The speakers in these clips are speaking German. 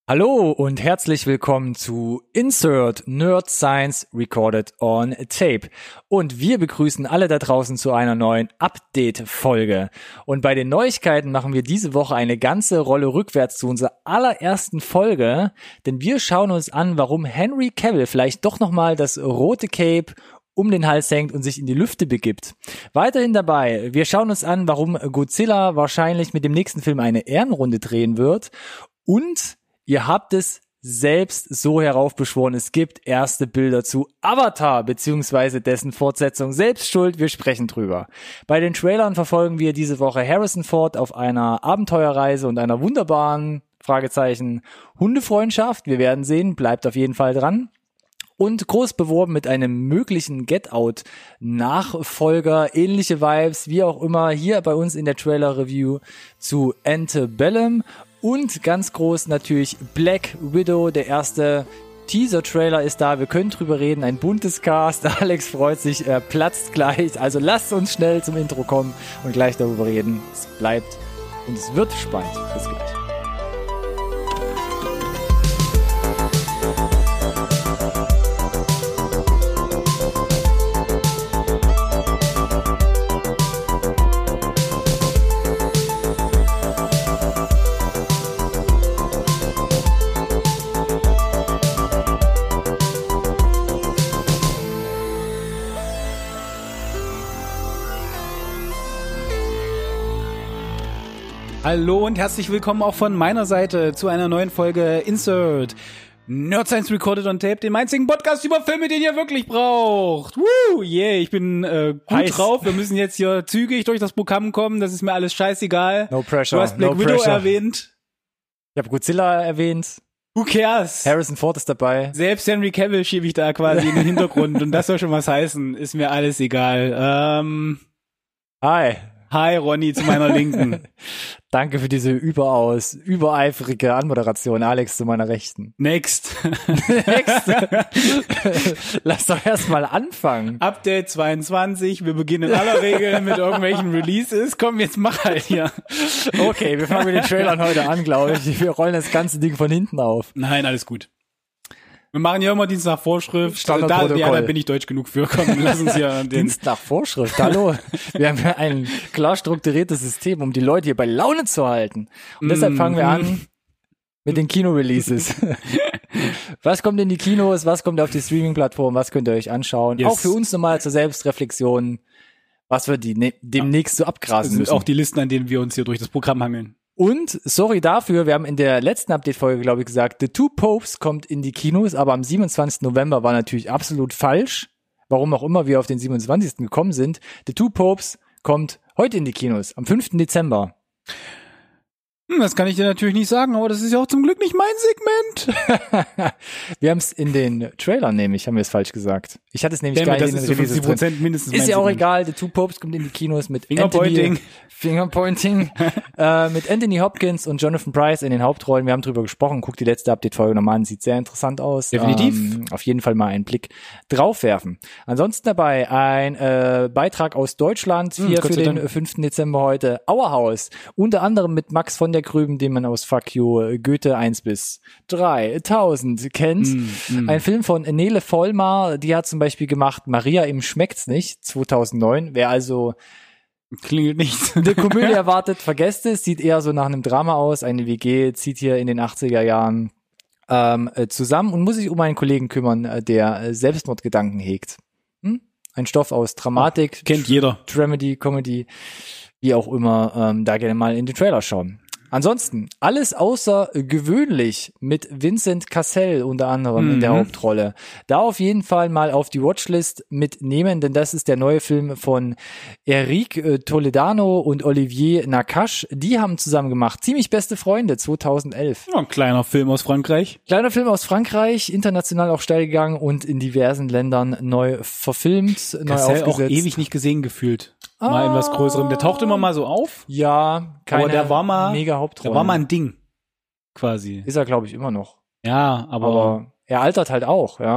Hallo und herzlich willkommen zu Insert Nerd Science Recorded on Tape. Und wir begrüßen alle da draußen zu einer neuen Update-Folge. Und bei den Neuigkeiten machen wir diese Woche eine ganze Rolle rückwärts zu unserer allerersten Folge, denn wir schauen uns an, warum Henry Cavill vielleicht doch nochmal das rote Cape um den Hals hängt und sich in die Lüfte begibt. Weiterhin dabei, wir schauen uns an, warum Godzilla wahrscheinlich mit dem nächsten Film eine Ehrenrunde drehen wird. Und ihr habt es selbst so heraufbeschworen, es gibt erste Bilder zu Avatar bzw. dessen Fortsetzung. Selbst schuld, wir sprechen drüber. Bei den Trailern verfolgen wir diese Woche Harrison Ford auf einer Abenteuerreise und einer wunderbaren, Fragezeichen, Hundefreundschaft. Wir werden sehen, bleibt auf jeden Fall dran. Und groß beworben mit einem möglichen Get Out-Nachfolger, ähnliche Vibes, wie auch immer, hier bei uns in der Trailer-Review zu Antebellum. Und ganz groß natürlich Black Widow, der erste Teaser-Trailer ist da, wir können drüber reden, ein buntes Cast, Alex freut sich, er platzt gleich, also lasst uns schnell zum Intro kommen und gleich darüber reden. Es bleibt und es wird spannend. Bis gleich. Hallo und herzlich willkommen auch von meiner Seite zu einer neuen Folge Insert Nerd Science Recorded on Tape, dem einzigen Podcast über Filme, den ihr wirklich braucht. Woo, yeah, ich bin gut drauf. Wir müssen jetzt hier zügig durch das Programm kommen, das ist mir alles scheißegal. No pressure. Du hast Black Widow erwähnt. Ich habe Godzilla erwähnt. Who cares? Harrison Ford ist dabei. Selbst Henry Cavill schiebe ich da quasi in den Hintergrund und das soll schon was heißen. Ist mir alles egal. Hi. Hi, Ronny, zu meiner Linken. Danke für diese überaus übereifrige Anmoderation, Alex zu meiner Rechten. Next. Lass doch erstmal anfangen. Update 22, wir beginnen in aller Regel mit irgendwelchen Releases. Komm, jetzt mach halt hier. Okay, wir fangen mit den Trailern heute an, glaube ich. Wir rollen das ganze Ding von hinten auf. Nein, alles gut. Wir machen ja immer Dienst nach Vorschrift. Standardprotokoll. Da bin ich deutsch genug für. Komm, lass uns ja den Dienst nach Vorschrift, hallo. Wir haben ja ein klar strukturiertes System, um die Leute hier bei Laune zu halten. Und deshalb fangen wir an mit den Kino-Releases. Was kommt in die Kinos, was kommt auf die Streaming-Plattform, was könnt ihr euch anschauen? Yes. Auch für uns nochmal zur Selbstreflexion, was wir demnächst so abgrasen müssen. Auch die Listen, an denen wir uns hier durch das Programm hangeln. Und, sorry dafür, wir haben in der letzten Update-Folge, glaube ich, gesagt, The Two Popes kommt in die Kinos, aber am 27. November war natürlich absolut falsch. Warum auch immer wir auf den 27. gekommen sind. The Two Popes kommt heute in die Kinos, am 5. Dezember. Das kann ich dir natürlich nicht sagen, aber das ist ja auch zum Glück nicht mein Segment. Wir haben es in den Trailern nämlich, haben wir es falsch gesagt. Ich hatte es nämlich gar nicht in den Releases drin. 50% mindestens Ist ja auch Segment. egal, The Two Popes kommt in die Kinos mit Fingerpointing. mit Anthony Hopkins und Jonathan Pryce in den Hauptrollen. Wir haben drüber gesprochen, guckt die letzte Update-Folge nochmal an, sieht sehr interessant aus. Definitiv. Auf jeden Fall mal einen Blick drauf werfen. Ansonsten dabei ein Beitrag aus Deutschland, hier für den 5. Dezember heute, Our House, unter anderem mit Max von der Grüben, den man aus Fuck You, Goethe 1 bis 3000 kennt. Ein Film von Nele Vollmar, die hat zum Beispiel gemacht Maria, ihm schmeckt's nicht, 2009. Wer also klingelt nicht. eine Komödie erwartet, vergesst es, sieht eher so nach einem Drama aus. Eine WG zieht hier in den 80er Jahren zusammen und muss sich um einen Kollegen kümmern, der Selbstmordgedanken hegt. Ein Stoff aus Dramatik, Kennt jeder. Dramedy, Comedy, wie auch immer, da gerne mal in den Trailer schauen. Ansonsten, alles außergewöhnlich mit Vincent Cassel unter anderem in der Hauptrolle. Da auf jeden Fall mal auf die Watchlist mitnehmen, denn das ist der neue Film von Eric Toledano und Olivier Nakache. Die haben zusammen gemacht Ziemlich beste Freunde 2011. Ja, ein kleiner Film aus Frankreich. Kleiner Film aus Frankreich, international auch steil gegangen und in diversen Ländern neu verfilmt, neu Cassel aufgesetzt. auch ewig nicht gesehen gefühlt. Mal in was Größerem. Der taucht immer mal so auf. Ja, keine aber der war mal, mega Hauptrolle. Der war mal ein Ding. Quasi. Ist er, glaube ich, immer noch. Ja, aber Er altert halt auch, ja.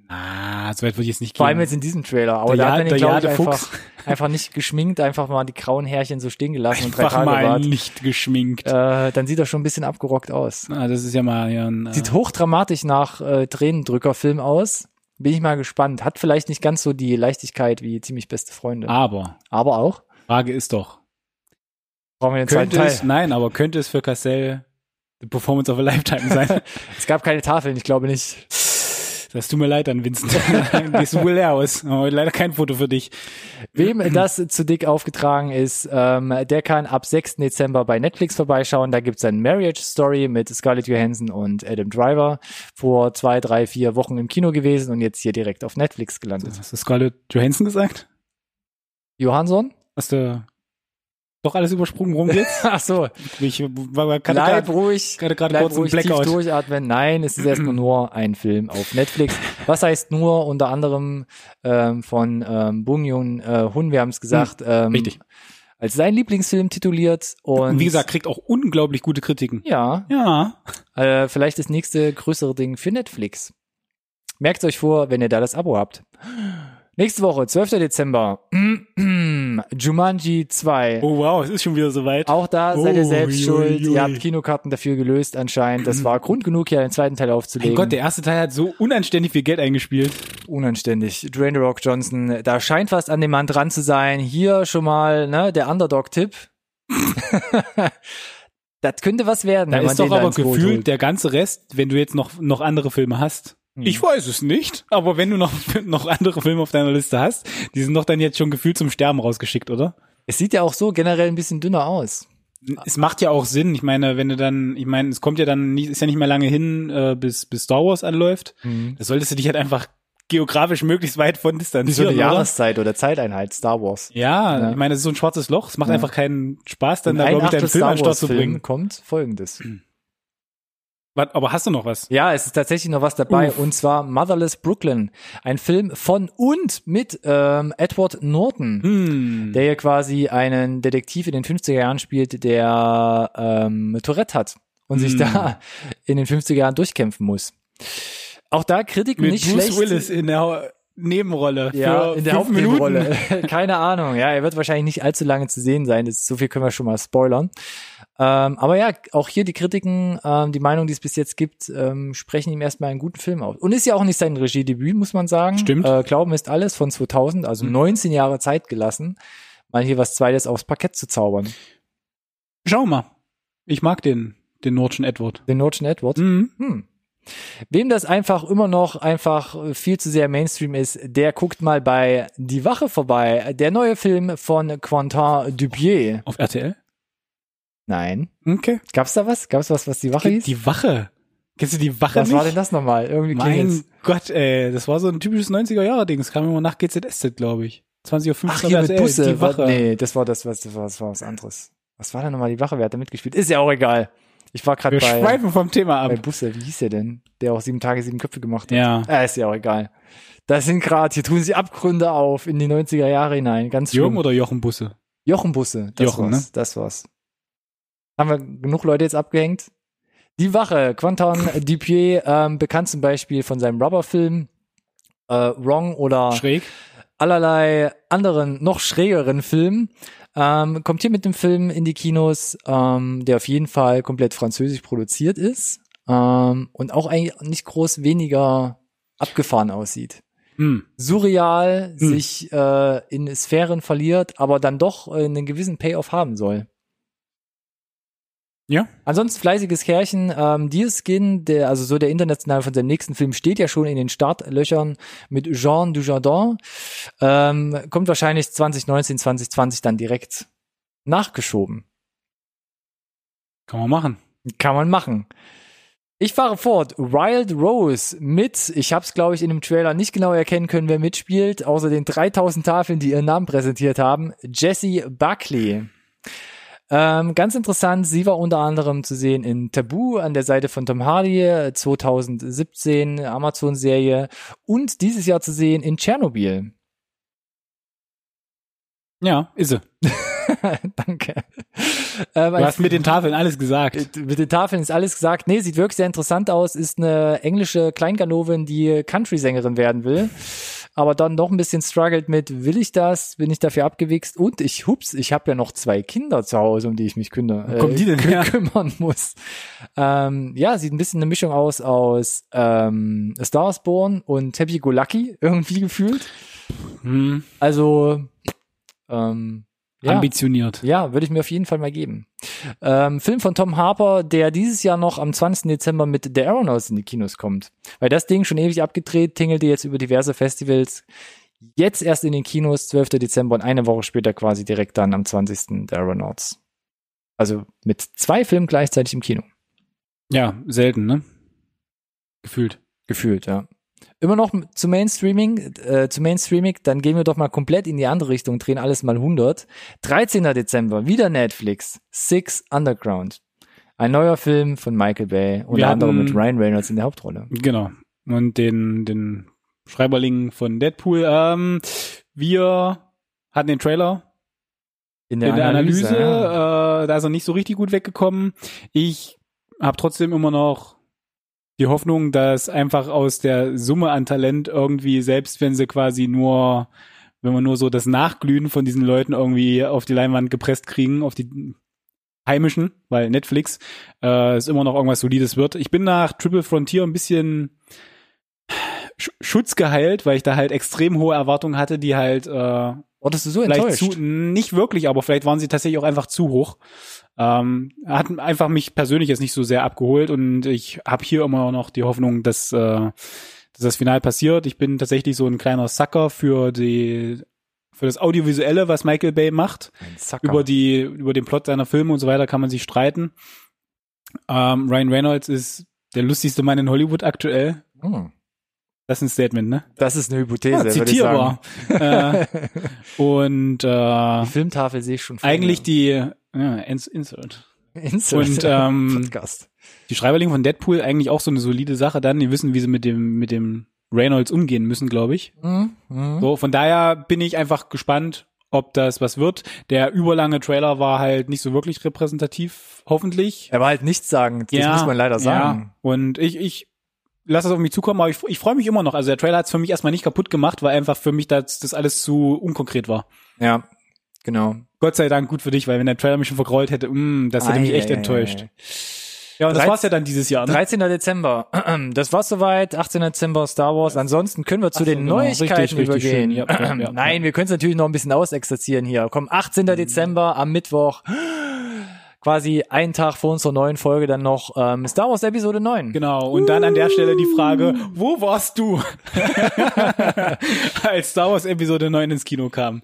So weit würde ich jetzt nicht gehen. Vor allem jetzt in diesem Trailer. Aber da hat man ihn, glaube ich, einfach nicht geschminkt, einfach mal die grauen Härchen so stehen gelassen und 3 Tage mal nicht geschminkt. Dann sieht er schon ein bisschen abgerockt aus. Das ist ja mal ein... Sieht hochdramatisch nach Tränendrückerfilm aus. Bin ich mal gespannt. Hat vielleicht nicht ganz so die Leichtigkeit wie Ziemlich beste Freunde. Aber auch? Frage ist doch. Brauchen wir den zweiten Teil? Nein, aber könnte es für Cassell the Performance of a Lifetime sein? Es gab keine Tafeln, ich glaube nicht. Das tut mir leid an Vincent. Gehst du wohl leer aus. Aber leider kein Foto für dich. Wem das zu dick aufgetragen ist, der kann ab 6. Dezember bei Netflix vorbeischauen. Da gibt's ein Marriage Story mit Scarlett Johansson und Adam Driver. Vor 2, 3, 4 Wochen im Kino gewesen und jetzt hier direkt auf Netflix gelandet. Hast du Scarlett Johansson gesagt? Johansson? Hast du doch alles übersprungen? Worum geht's? Ach so. Bleib ruhig. Gerade kurz ein Blackout. Tief durchatmen. Nein, es ist erstmal nur ein Film auf Netflix. Was heißt nur? Unter anderem von Bong Joon-ho, wir haben es gesagt. Richtig. Als sein Lieblingsfilm tituliert. Und wie gesagt, kriegt auch unglaublich gute Kritiken. Ja. Vielleicht das nächste größere Ding für Netflix. Merkt euch vor, wenn ihr da das Abo habt. Nächste Woche, 12. Dezember, Jumanji 2. Oh wow, es ist schon wieder soweit. Auch da seid ihr selbst schuld. Ihr habt Kinokarten dafür gelöst anscheinend. Das war Grund genug, hier einen zweiten Teil aufzulegen. Mein Gott, der erste Teil hat so unanständig viel Geld eingespielt. Unanständig. Dwayne The Rock Johnson, da scheint was an dem Mann dran zu sein. Hier schon mal der Underdog-Tipp. Das könnte was werden. Da wenn man ist doch den aber ins Boot gefühlt holt. der ganze Rest, wenn du jetzt noch andere Filme hast. Ich weiß es nicht, aber wenn du noch andere Filme auf deiner Liste hast, die sind doch dann jetzt schon gefühlt zum Sterben rausgeschickt, oder? Es sieht ja auch so generell ein bisschen dünner aus. Es macht ja auch Sinn. Ich meine, es kommt ja dann nicht, ist ja nicht mehr lange hin, bis Star Wars anläuft. Da solltest du dich halt einfach geografisch möglichst weit von distanzieren. Wie so eine oder? Jahreszeit oder Zeiteinheit, Star Wars. Ja, ich meine, es ist so ein schwarzes Loch. Es macht einfach keinen Spaß, dann da, glaube ich, deinen Film an den Start zu bringen. Kommt Folgendes. Aber hast du noch was? Ja, es ist tatsächlich noch was dabei, und zwar Motherless Brooklyn. Ein Film von und mit Edward Norton, der hier quasi einen Detektiv in den 50er Jahren spielt, der Tourette hat und sich da in den 50er Jahren durchkämpfen muss. Auch da Kritiken mit nicht Bruce schlecht. Willis in der Nebenrolle. Ja, für in der 5 Minuten. Hauptnebenrolle. Keine Ahnung. Ja, er wird wahrscheinlich nicht allzu lange zu sehen sein. So viel können wir schon mal spoilern. Aber ja, auch hier die Kritiken, die Meinung, die es bis jetzt gibt, sprechen ihm erstmal einen guten Film aus. Und ist ja auch nicht sein Regiedebüt, muss man sagen. Stimmt. Glauben ist alles von 2000, also 19 Jahre Zeit gelassen, mal hier was Zweites aufs Parkett zu zaubern. Schau mal. Ich mag den Norton Edward. Den Norton Edward? Wem das einfach immer noch viel zu sehr Mainstream ist, der guckt mal bei Die Wache vorbei. Der neue Film von Quentin Dupieux. Auf RTL? Nein. Okay. Gab's da was? Gab's was Die Wache hieß? Die Wache. Kennst du Die Wache Was nicht? war denn das nochmal? Irgendwie klingelt's. Mein Gott, das war so ein typisches 90er-Jahre-Ding. Das kam immer nach GZSZ, glaube ich. 20:15 Ach, hier mit RTL. Busse. Die Wache. Nee, das war was anderes. Was war denn nochmal Die Wache? Wer hat da mitgespielt? Ist ja auch egal. Ich war gerade Wir schweifen vom Thema ab. bei Busse. Wie hieß der denn? Der auch 7 Tage, 7 Köpfe gemacht hat. Ja. Ist ja auch egal. Das sind gerade, hier tun sich Abgründe auf in die 90er Jahre hinein. Ganz schlimm. Jürgen oder Jochen Busse? Jochen Busse. Jochen, war's. ne? Das war's. Haben wir genug Leute jetzt abgehängt? Die Wache, Quentin Dupieux, bekannt zum Beispiel von seinem Rubber-Film Wrong oder Schräg. allerlei anderen, noch schrägeren Filmen. Kommt hier mit dem Film in die Kinos, der auf jeden Fall komplett französisch produziert ist und auch eigentlich nicht groß weniger abgefahren aussieht. Surreal, sich in Sphären verliert, aber dann doch einen gewissen Payoff haben soll. Ja. Ansonsten fleißiges Kerlchen. Deerskin, der internationale von seinem nächsten Film, steht ja schon in den Startlöchern mit Jean Dujardin. Kommt wahrscheinlich 2019, 2020 dann direkt nachgeschoben. Kann man machen. Kann man machen. Ich fahre fort. Wild Rose mit, ich habe es glaube ich in dem Trailer nicht genau erkennen können, wer mitspielt, außer den 3000 Tafeln, die ihren Namen präsentiert haben. Jessie Buckley. Ganz interessant, sie war unter anderem zu sehen in Tabu an der Seite von Tom Hardy, 2017, Amazon-Serie, und dieses Jahr zu sehen in Tschernobyl. Ja, ist sie. Danke. Du hast mit den Tafeln alles gesagt. Mit den Tafeln ist alles gesagt. Nee, sieht wirklich sehr interessant aus. Ist eine englische Kleinganovin, die Country-Sängerin werden will. Aber dann doch ein bisschen struggelt mit, will ich das? Bin ich dafür abgewichst? Und ich habe ja noch 2 Kinder zu Hause, um die ich mich Kommen die denn her? kümmern muss. Ja, sieht ein bisschen eine Mischung aus A Star is Born und Happy Go Lucky irgendwie gefühlt. Also, ja. Ambitioniert. Ja, würde ich mir auf jeden Fall mal geben. Film von Tom Harper, der dieses Jahr noch am 20. Dezember mit The Aeronauts in die Kinos kommt. Weil das Ding schon ewig abgedreht, tingelte jetzt über diverse Festivals. Jetzt erst in den Kinos, 12. Dezember und eine Woche später quasi direkt dann am 20. The Aeronauts. Also mit 2 Filmen gleichzeitig im Kino. Ja, selten, ne? Gefühlt, ja. Immer noch zu Mainstreaming, dann gehen wir doch mal komplett in die andere Richtung, drehen alles mal 100. 13. Dezember, wieder Netflix, Six Underground. Ein neuer Film von Michael Bay, unter anderem mit Ryan Reynolds in der Hauptrolle. Genau. Und den Schreiberling von Deadpool. Wir hatten den Trailer in der Analyse. Ja. Da ist er nicht so richtig gut weggekommen. Ich habe trotzdem immer noch die Hoffnung, dass einfach aus der Summe an Talent irgendwie, selbst wenn wir nur so das Nachglühen von diesen Leuten irgendwie auf die Leinwand gepresst kriegen, auf die heimischen, weil Netflix, es immer noch irgendwas Solides wird. Ich bin nach Triple Frontier ein bisschen Schutz geheilt, weil ich da halt extrem hohe Erwartungen hatte, die halt wurdest du so enttäuscht? Nicht wirklich, aber vielleicht waren sie tatsächlich auch einfach zu hoch. Hat einfach mich persönlich jetzt nicht so sehr abgeholt und ich habe hier immer noch die Hoffnung, dass das Final passiert. Ich bin tatsächlich so ein kleiner Sucker für das Audiovisuelle, was Michael Bay macht. Ein Sucker. Über den Plot seiner Filme und so weiter kann man sich streiten. Ryan Reynolds ist der lustigste Mann in Hollywood aktuell. Das ist ein Statement, ne? Das ist eine Hypothese, ja, zitierbar. Und die Filmtafel sehe ich schon vor. Eigentlich Insert. Und Podcast. Die Schreiberlinge von Deadpool eigentlich auch so eine solide Sache dann. Die wissen, wie sie mit dem Reynolds umgehen müssen, glaube ich. So, von daher bin ich einfach gespannt, ob das was wird. Der überlange Trailer war halt nicht so wirklich repräsentativ, hoffentlich. Er war halt nichts sagen, das muss man leider sagen. Ja. Und ich lass das auf mich zukommen, aber ich freue mich immer noch. Also der Trailer hat es für mich erstmal nicht kaputt gemacht, weil einfach für mich das alles zu unkonkret war. Ja, genau. Gott sei Dank gut für dich, weil wenn der Trailer mich schon vergrault hätte, das hätte mich echt enttäuscht. Ja, und das war's ja dann dieses Jahr, ne? 13. Dezember. Das war's soweit. 18. Dezember Star Wars. Ansonsten können wir zu den Neuigkeiten übergehen. Ja. Nein, wir können es natürlich noch ein bisschen ausexerzieren hier. Komm, 18. Dezember am Mittwoch. Quasi einen Tag vor unserer neuen Folge dann noch Star Wars Episode 9. Genau, und dann an der Stelle die Frage, wo warst du, als Star Wars Episode 9 ins Kino kam?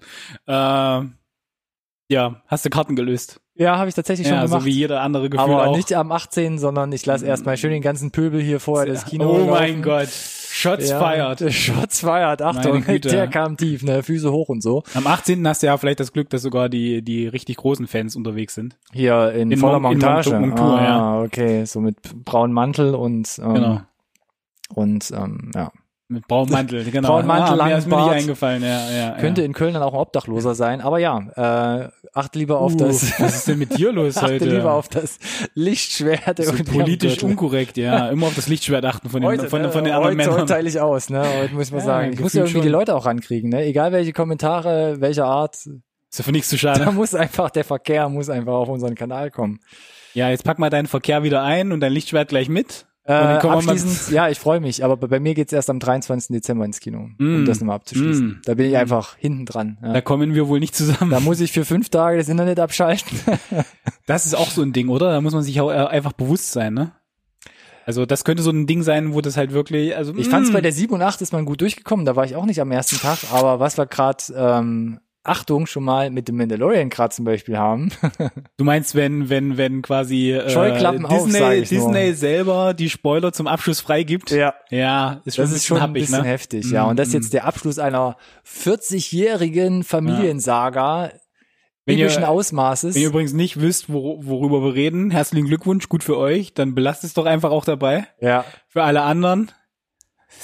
Ja, hast du Karten gelöst? Ja, habe ich tatsächlich schon gemacht. So wie jeder andere Gefühl aber auch. Nicht am 18., sondern ich lasse erstmal schön den ganzen Pöbel hier vorher das Kino laufen. Mein Gott. Shots fired. Shots fired. Achtung, der kam tief, ne? Füße hoch und so. Am 18. hast du ja vielleicht das Glück, dass sogar die richtig großen Fans unterwegs sind. Hier in voller Montage. Montur, ja. Okay, so mit braunem Mantel und genau. Und ja. Mit braunem Mantel, genau. Braunen Mantel, mir ist mir Bart. nicht eingefallen, ja. Könnte in Köln dann auch ein Obdachloser sein, aber ja, achte lieber auf das. Was ist denn mit dir los heute? Achte lieber auf das Lichtschwert. So politisch unkorrekt, ja. Immer auf das Lichtschwert achten von den anderen Männern. Heute teile ich aus, ne? Heute muss man sagen. Ich muss ja irgendwie die Leute auch rankriegen, ne? Egal welche Kommentare, welcher Art. Ist ja für nichts zu schade. Der Verkehr muss einfach auf unseren Kanal kommen. Ja, jetzt pack mal deinen Verkehr wieder ein und dein Lichtschwert gleich mit. Abschließend, ja, ich freue mich, aber bei mir geht's erst am 23. Dezember ins Kino, um das nochmal abzuschließen. Da bin ich einfach hinten dran. Ja. Da kommen wir wohl nicht zusammen. Da muss ich für 5 Tage das Internet abschalten. Das ist auch so ein Ding, oder? Da muss man sich auch einfach bewusst sein, ne? Also das könnte so ein Ding sein, wo das halt wirklich, also ich fand's bei der 7 und 8 ist man gut durchgekommen, da war ich auch nicht am ersten Tag, aber was wir gerade Achtung, schon mal mit dem Mandalorian gerade zum Beispiel haben. Du meinst, wenn quasi Scheuklappen Disney selber die Spoiler zum Abschluss freigibt? Ja. Ja, ist schon das ist schon ein bisschen heftig, ja. Und das ist jetzt der Abschluss einer 40-jährigen Familiensaga epischen Ausmaßes. Wenn ihr übrigens nicht wisst, worüber wir reden, herzlichen Glückwunsch, gut für euch, dann belasst es doch einfach auch dabei. Ja. Für alle anderen.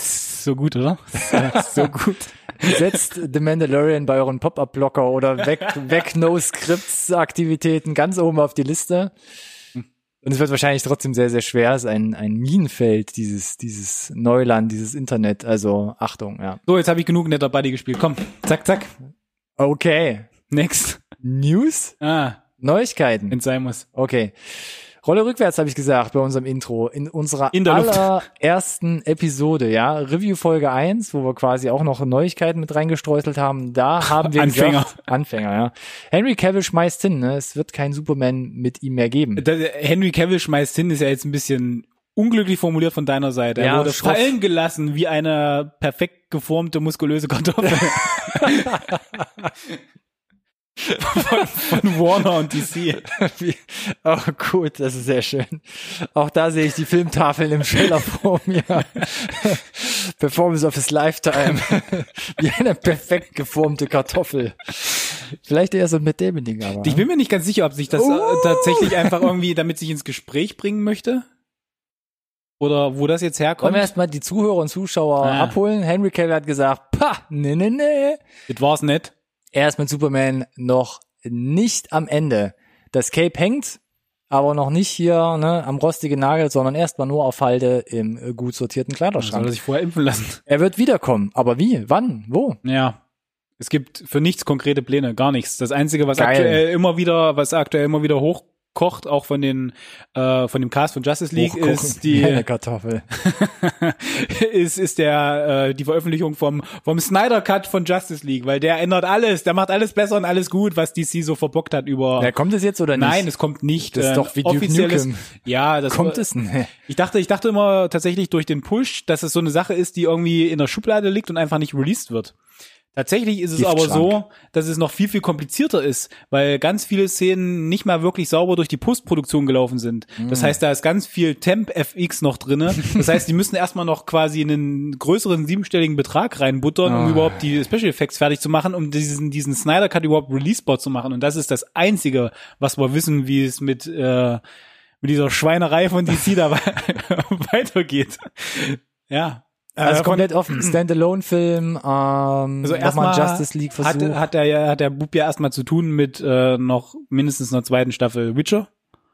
so gut, oder? So gut. Setzt The Mandalorian bei euren Pop-Up-Blocker oder weg No-Scripts-Aktivitäten ganz oben auf die Liste. Und es wird wahrscheinlich trotzdem sehr, sehr schwer. Es ist ein Minenfeld, dieses Neuland, dieses Internet. Also Achtung, ja. So, jetzt habe ich genug Netter Buddy gespielt. Komm, zack, zack. Okay. Next. News? Neuigkeiten. Wenn's sein muss. Okay. Rolle rückwärts habe ich gesagt bei unserem Intro. In unserer allerersten Episode, ja, Review Folge 1, wo wir quasi auch noch Neuigkeiten mit reingestreuselt haben, da haben wir Anfänger, ja. Henry Cavill schmeißt hin, ne? Es wird kein Superman mit ihm mehr geben. Henry Cavill schmeißt hin ist ja jetzt ein bisschen unglücklich formuliert von deiner Seite. Er wurde fallen gelassen wie eine perfekt geformte, muskulöse Kartoffel. von Warner und DC. Oh gut, das ist sehr schön. Auch da sehe ich die Filmtafeln im Trailer vor mir. Performance of his Lifetime. Wie eine perfekt geformte Kartoffel. Vielleicht eher so mit dem Ding, aber. Ich bin mir nicht ganz sicher, ob sich das tatsächlich einfach irgendwie damit sich ins Gespräch bringen möchte. Oder wo das jetzt herkommt. Wollen wir erstmal die Zuhörer und Zuschauer abholen? Henry Cavill hat gesagt, nee. Das war's nicht. Er ist mit Superman noch nicht am Ende. Das Cape hängt, aber noch nicht hier am rostigen Nagel, sondern erstmal nur auf Halde im gut sortierten Kleiderschrank. Soll er sich vorher impfen lassen? Er wird wiederkommen. Aber wie? Wann? Wo? Ja. Es gibt für nichts konkrete Pläne, gar nichts. Das Einzige, was aktuell immer wieder hochkocht, auch von dem Cast von Justice League, ist die Kartoffel. ist die Veröffentlichung vom Snyder Cut von Justice League, weil der ändert alles, der macht alles besser und alles gut, was DC so verbockt hat über. Ja, kommt es jetzt oder nicht? Nein, es kommt nicht. Das ist doch wie Duke Nukem. Ja, das kommt es nicht. Ich dachte immer tatsächlich durch den Push, dass es so eine Sache ist, die irgendwie in der Schublade liegt und einfach nicht released wird. Tatsächlich ist es aber so, dass es noch viel, viel komplizierter ist, weil ganz viele Szenen nicht mal wirklich sauber durch die Postproduktion gelaufen sind. Das heißt, da ist ganz viel Temp-FX noch drinne. Das heißt, die müssen erstmal noch quasi einen größeren 7-stelligen Betrag reinbuttern, um überhaupt die Special Effects fertig zu machen, um diesen Snyder Cut überhaupt releasebar zu machen. Und das ist das Einzige, was wir wissen, wie es mit dieser Schweinerei von DC da weitergeht. Ja. Also komplett offen. Standalone-Film, also erstmal Justice League Versuch. Hat der Bub ja erstmal zu tun mit noch mindestens einer zweiten Staffel Witcher.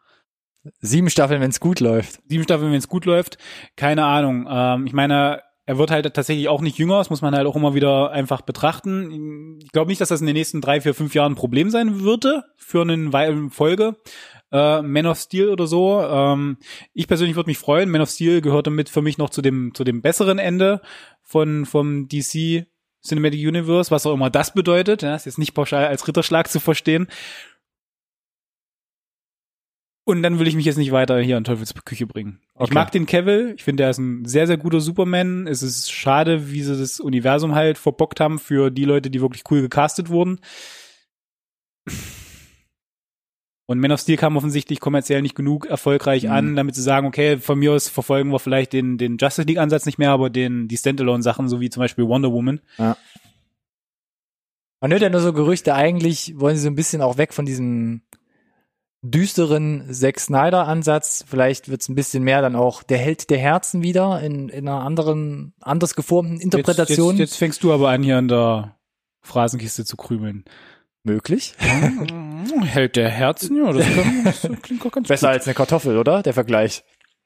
7 Staffeln, wenn es gut läuft. 7 Staffeln, wenn es gut läuft. Keine Ahnung. Ich meine, er wird halt tatsächlich auch nicht jünger. Das muss man halt auch immer wieder einfach betrachten. Ich glaube nicht, dass das in den nächsten 3, 4, 5 Jahren ein Problem sein würde für eine Folge. Man of Steel oder so. Ich persönlich würde mich freuen. Man of Steel gehört damit für mich noch zu dem besseren Ende vom DC Cinematic Universe, was auch immer das bedeutet. Ja, ist jetzt nicht pauschal als Ritterschlag zu verstehen. Und dann will ich mich jetzt nicht weiter hier in Teufels Küche bringen. Okay. Ich mag den Cavill. Ich finde, er ist ein sehr, sehr guter Superman. Es ist schade, wie sie das Universum halt verbockt haben für die Leute, die wirklich cool gecastet wurden. Und Man of Steel kam offensichtlich kommerziell nicht genug erfolgreich an, damit zu sagen, okay, von mir aus verfolgen wir vielleicht den Justice League Ansatz nicht mehr, aber die Standalone-Sachen, so wie zum Beispiel Wonder Woman. Ja. Man hört ja nur so Gerüchte, eigentlich wollen sie so ein bisschen auch weg von diesem düsteren Zack Snyder-Ansatz. Vielleicht wird es ein bisschen mehr dann auch der Held der Herzen wieder in einer anders geformten Interpretation. Jetzt fängst du aber an, hier an der Phrasenkiste zu krümeln. Möglich. Held der Herzen, ja, das klingt auch ganz besser gut. Als eine Kartoffel, oder? Der Vergleich.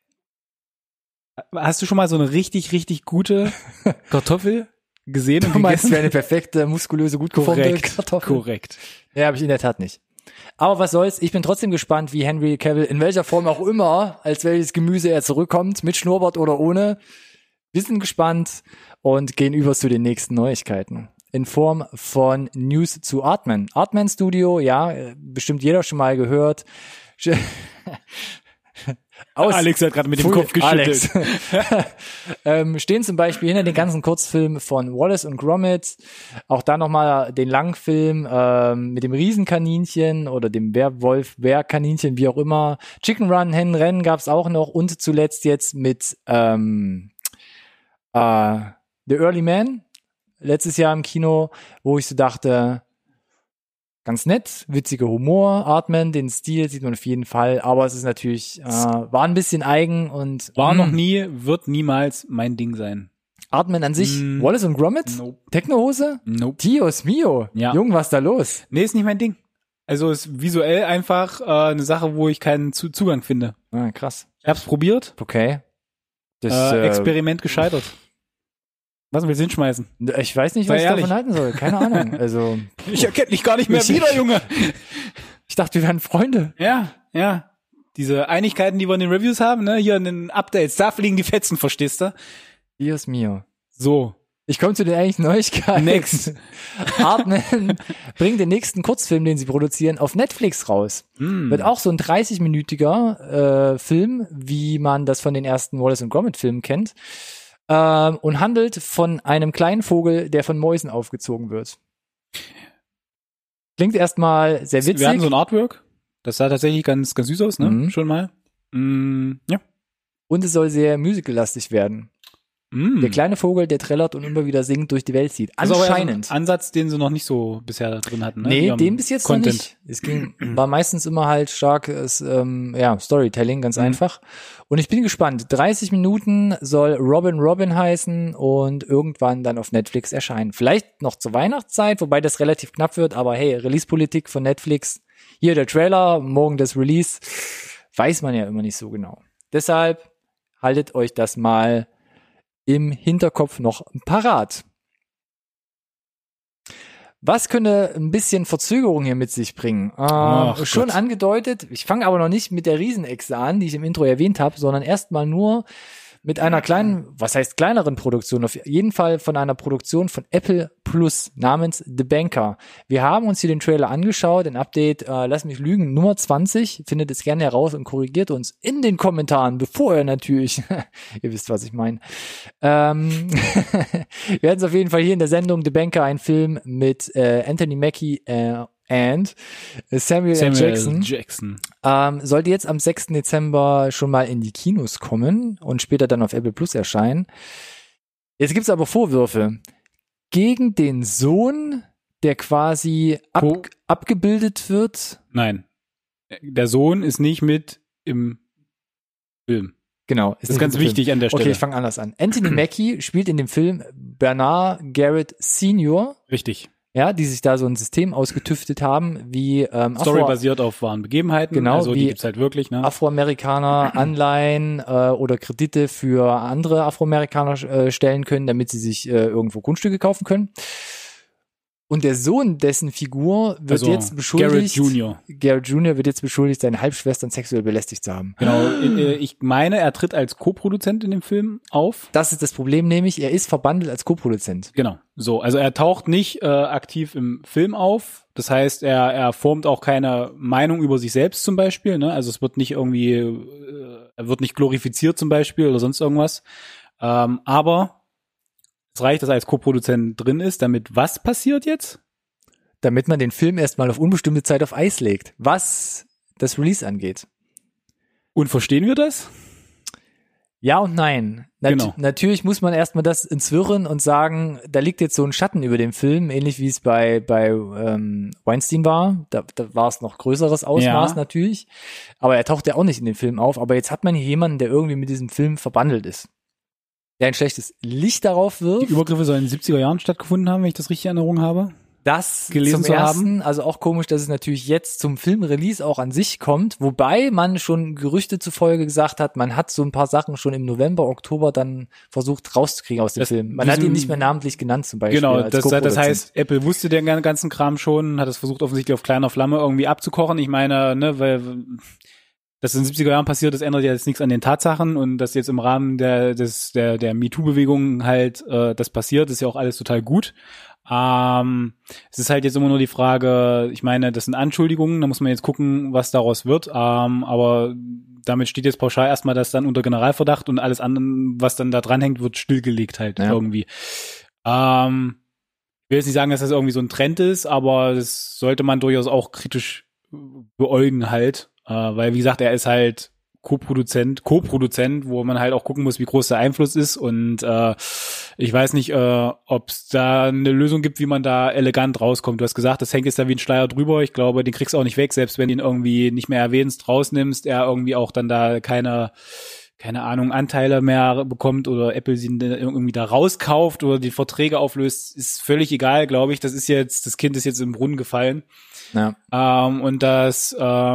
Hast du schon mal so eine richtig, richtig gute Kartoffel gesehen? Du meinst wie eine perfekte, muskulöse, gut geformte Kartoffel? Korrekt. Ja, habe ich in der Tat nicht. Aber was soll's, ich bin trotzdem gespannt, wie Henry Cavill in welcher Form auch immer, als welches Gemüse er zurückkommt, mit Schnurrbart oder ohne. Wir sind gespannt und gehen über zu den nächsten Neuigkeiten. In Form von News zu Artman. Artman Studio, ja, bestimmt jeder schon mal gehört. Alex hat gerade mit dem Kopf geschüttelt. Stehen zum Beispiel hinter den ganzen Kurzfilmen von Wallace und Gromit. Auch da nochmal den Langfilm mit dem Riesenkaninchen oder dem Werwolf-Bärkaninchen, wie auch immer. Chicken Run, Hennenrennen gab's auch noch. Und zuletzt jetzt mit The Early Man. Letztes Jahr im Kino, wo ich so dachte, ganz nett, witziger Humor, Artman, den Stil sieht man auf jeden Fall, aber es ist natürlich, war ein bisschen eigen und war noch nie, wird niemals mein Ding sein. Artman an sich, Wallace und Gromit? Nope. Technohose? Nope. Dios mio. Ja. Jung, was ist da los? Nee, ist nicht mein Ding. Also ist visuell einfach eine Sache, wo ich keinen Zugang finde. Ah, krass. Ich hab's probiert. Okay. Das, Experiment gescheitert. Was willst du hinschmeißen? Ich weiß nicht, was ich davon halten soll. Keine Ahnung. Also Ich erkenne dich gar nicht mehr wieder, Junge. ich dachte, wir wären Freunde. Ja. Diese Einigkeiten, die wir in den Reviews haben, ne, hier in den Updates, da fliegen die Fetzen, verstehst du? Dios mio. So. Ich komme zu den eigentlichen Neuigkeiten. Next. Artman bringt den nächsten Kurzfilm, den sie produzieren, auf Netflix raus. Wird auch so ein 30-minütiger Film, wie man das von den ersten Wallace und Gromit Filmen kennt. Und handelt von einem kleinen Vogel, der von Mäusen aufgezogen wird. Klingt erstmal sehr witzig. Wir hatten so ein Artwork. Das sah tatsächlich ganz süß aus, ne? Schon mal. Ja. Und es soll sehr musical-lastig werden. Der kleine Vogel, der trällert und immer wieder singt, durch die Welt zieht. Anscheinend. Also ein Ansatz, den sie noch nicht so bisher drin hatten. Ne? Nee, den bis jetzt Content. noch nicht. Es war meistens immer halt starkes Storytelling, ganz einfach. Und ich bin gespannt. 30 Minuten soll Robin heißen und irgendwann dann auf Netflix erscheinen. Vielleicht noch zur Weihnachtszeit, wobei das relativ knapp wird. Aber hey, Release-Politik von Netflix. Hier der Trailer, morgen das Release. Weiß man ja immer nicht so genau. Deshalb haltet euch das mal im Hinterkopf noch parat. Was könnte ein bisschen Verzögerung hier mit sich bringen? Schon angedeutet, ich fange aber noch nicht mit der Riesenechse an, die ich im Intro erwähnt habe, sondern erstmal nur mit einer kleinen, was heißt kleineren Produktion, auf jeden Fall von einer Produktion von Apple Plus namens The Banker. Wir haben uns hier den Trailer angeschaut, ein Update, lass mich lügen, Nummer 20, findet es gerne heraus und korrigiert uns in den Kommentaren, bevor ihr natürlich, ihr wisst, was ich meine. Wir werden es auf jeden Fall hier in der Sendung The Banker, ein Film mit Anthony Mackie and Samuel Jackson. Sollte jetzt am 6. Dezember schon mal in die Kinos kommen und später dann auf Apple Plus erscheinen. Jetzt gibt's aber Vorwürfe gegen den Sohn, der quasi abgebildet wird. Nein. Der Sohn ist nicht mit im Film. Genau. Das ist ganz wichtig an der Stelle. Okay, ich fange anders an. Anthony Mackie spielt in dem Film Bernard Garrett Senior. Richtig. Ja, die sich da so ein System ausgetüftet haben, wie Story basiert auf wahren Begebenheiten, genau, also wie die gibt's halt wirklich, ne? Afroamerikaner Anleihen oder Kredite für andere Afroamerikaner stellen können, damit sie sich irgendwo Grundstücke kaufen können. Und der Sohn dessen Figur wird jetzt beschuldigt, Garrett Jr. wird jetzt beschuldigt, seine Halbschwestern sexuell belästigt zu haben. Genau, ich meine, er tritt als Co-Produzent in dem Film auf. Das ist das Problem, nämlich er ist verbandelt als Co-Produzent. Genau, so, also er taucht nicht aktiv im Film auf, das heißt, er formt auch keine Meinung über sich selbst zum Beispiel, ne? Also es wird nicht irgendwie, er wird nicht glorifiziert zum Beispiel oder sonst irgendwas, aber es reicht, dass er als Co-Produzent drin ist, damit was passiert jetzt? Damit man den Film erstmal auf unbestimmte Zeit auf Eis legt, was das Release angeht. Und verstehen wir das? Ja und nein. Genau. Natürlich muss man erstmal das entzwirren und sagen, da liegt jetzt so ein Schatten über dem Film, ähnlich wie es bei Weinstein war. Da war es noch größeres Ausmaß natürlich. Aber er taucht ja auch nicht in dem Film auf. Aber jetzt hat man hier jemanden, der irgendwie mit diesem Film verbandelt ist. Der ein schlechtes Licht darauf wirft. Die Übergriffe sollen in den 70er Jahren stattgefunden haben, wenn ich das richtig in Erinnerung habe. Das gelesen zum zu ersten, haben. also auch komisch, dass es natürlich jetzt zum Filmrelease auch an sich kommt, wobei man schon Gerüchte zufolge gesagt hat, man hat so ein paar Sachen schon im November, Oktober dann versucht rauszukriegen aus dem Film. Man hat ihn nicht mehr namentlich genannt zum Beispiel. Genau, das heißt, Apple wusste den ganzen Kram schon, hat es versucht offensichtlich auf kleiner Flamme irgendwie abzukochen. Ich meine, ne, weil das in den 70er Jahren passiert, das ändert ja jetzt nichts an den Tatsachen und dass jetzt im Rahmen der MeToo-Bewegung halt das passiert, ist ja auch alles total gut. Es ist halt jetzt immer nur die Frage, ich meine, das sind Anschuldigungen, da muss man jetzt gucken, was daraus wird, aber damit steht jetzt pauschal erstmal das dann unter Generalverdacht und alles andere, was dann da dranhängt, wird stillgelegt halt irgendwie. Ich will jetzt nicht sagen, dass das irgendwie so ein Trend ist, aber das sollte man durchaus auch kritisch beäugen halt, weil wie gesagt, er ist halt Co-Produzent, wo man halt auch gucken muss, wie groß der Einfluss ist und ich weiß nicht, ob es da eine Lösung gibt, wie man da elegant rauskommt. Du hast gesagt, das hängt jetzt da wie ein Schleier drüber. Ich glaube, den kriegst du auch nicht weg, selbst wenn du ihn irgendwie nicht mehr erwähnst, rausnimmst, er irgendwie auch dann da keine keine Ahnung, Anteile mehr bekommt oder Apple sie irgendwie da rauskauft oder die Verträge auflöst, ist völlig egal, glaube ich. Das Kind ist jetzt im Brunnen gefallen. Ja. Und das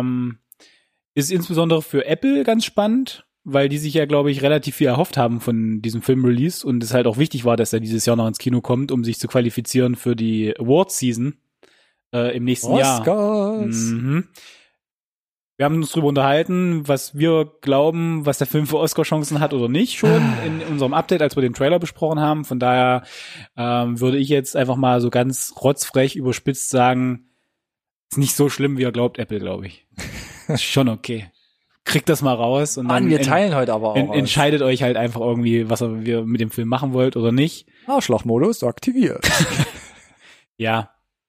ist insbesondere für Apple ganz spannend, weil die sich ja, glaube ich, relativ viel erhofft haben von diesem Film-Release und es halt auch wichtig war, dass er dieses Jahr noch ins Kino kommt, um sich zu qualifizieren für die Award-Season im nächsten Jahr. Mhm. Wir haben uns drüber unterhalten, was wir glauben, was der Film für Oscar-Chancen hat oder nicht, schon in unserem Update, als wir den Trailer besprochen haben. Von daher würde ich jetzt einfach mal so ganz rotzfrech überspitzt sagen, ist nicht so schlimm, wie er glaubt, Apple, glaube ich. Ist schon okay. Kriegt das mal raus und dann wir teilen heute aber auch entscheidet euch halt einfach irgendwie, was ihr mit dem Film machen wollt oder nicht. Arschlochmodus aktiviert. Ja.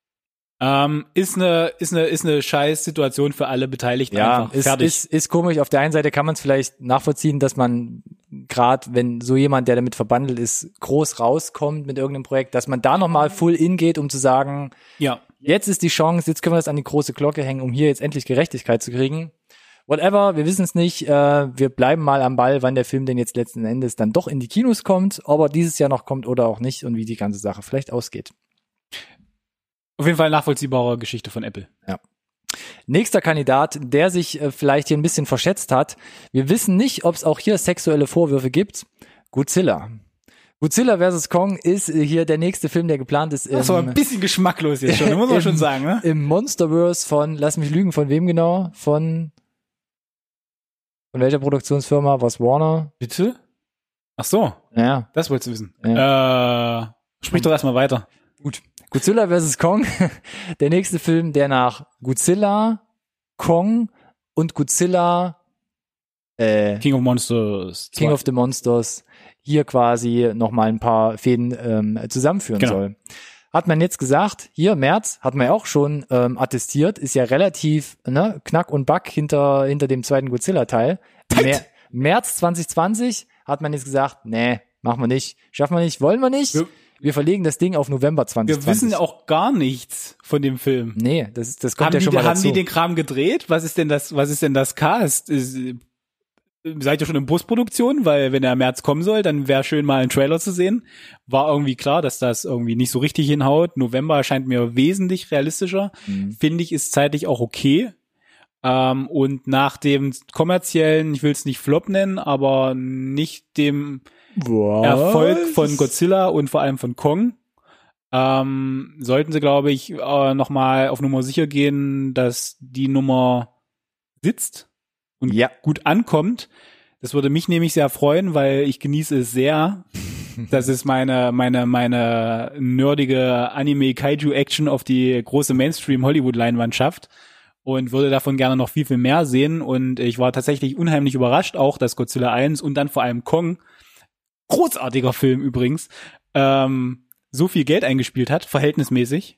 Ist eine scheiß Situation für alle Beteiligten. Ja, einfach fertig. Ist komisch. Auf der einen Seite kann man es vielleicht nachvollziehen, dass man gerade, wenn so jemand, der damit verbandelt ist, groß rauskommt mit irgendeinem Projekt, dass man da nochmal full in geht, um zu sagen, ja, jetzt ist die Chance, jetzt können wir das an die große Glocke hängen, um hier jetzt endlich Gerechtigkeit zu kriegen. Whatever, wir wissen es nicht. Wir bleiben mal am Ball, wann der Film denn jetzt letzten Endes dann doch in die Kinos kommt, ob er dieses Jahr noch kommt oder auch nicht und wie die ganze Sache vielleicht ausgeht. Auf jeden Fall eine nachvollziehbare Geschichte von Apple. Ja. Nächster Kandidat, der sich vielleicht hier ein bisschen verschätzt hat. Wir wissen nicht, ob es auch hier sexuelle Vorwürfe gibt. Godzilla. Godzilla vs. Kong ist hier der nächste Film, der geplant ist. Das war ein bisschen geschmacklos jetzt schon, muss man schon sagen, ne? Im Monsterverse von, lass mich lügen, von wem genau? Von welcher Produktionsfirma? Was Warner? Bitte? Ach so. Ja. Das wolltest du wissen. Ja. Sprich doch erstmal weiter. Gut. Godzilla vs. Kong, der nächste Film, der nach Godzilla, Kong und Godzilla King of Monsters 2. King of the Monsters hier quasi nochmal ein paar Fäden zusammenführen soll. Hat man jetzt gesagt, hier März, hat man ja auch schon attestiert, ist ja relativ Knack und Back hinter dem zweiten Godzilla-Teil. März 2020 hat man jetzt gesagt, nee, machen wir nicht, schaffen wir nicht, wollen wir nicht. Wir verlegen das Ding auf November 2020. Wir wissen auch gar nichts von dem Film. Nee, das kommt ja schon mal dazu. Haben die den Kram gedreht? Was ist denn das Cast? Seid ihr schon in Postproduktion? Weil wenn er im März kommen soll, dann wäre schön mal einen Trailer zu sehen. War irgendwie klar, dass das irgendwie nicht so richtig hinhaut. November erscheint mir wesentlich realistischer. Finde ich, ist zeitlich auch okay. Und nach dem kommerziellen, ich will es nicht Flop nennen, aber nicht dem Erfolg von Godzilla und vor allem von Kong, sollten sie, glaube ich, nochmal auf Nummer sicher gehen, dass die Nummer sitzt und gut ankommt. Das würde mich nämlich sehr freuen, weil ich genieße es sehr, dass es meine nerdige Anime-Kaiju-Action auf die große Mainstream-Hollywood-Leinwand schafft. Und würde davon gerne noch viel, viel mehr sehen. Und ich war tatsächlich unheimlich überrascht, auch dass Godzilla 1 und dann vor allem Kong, großartiger Film übrigens, so viel Geld eingespielt hat, verhältnismäßig.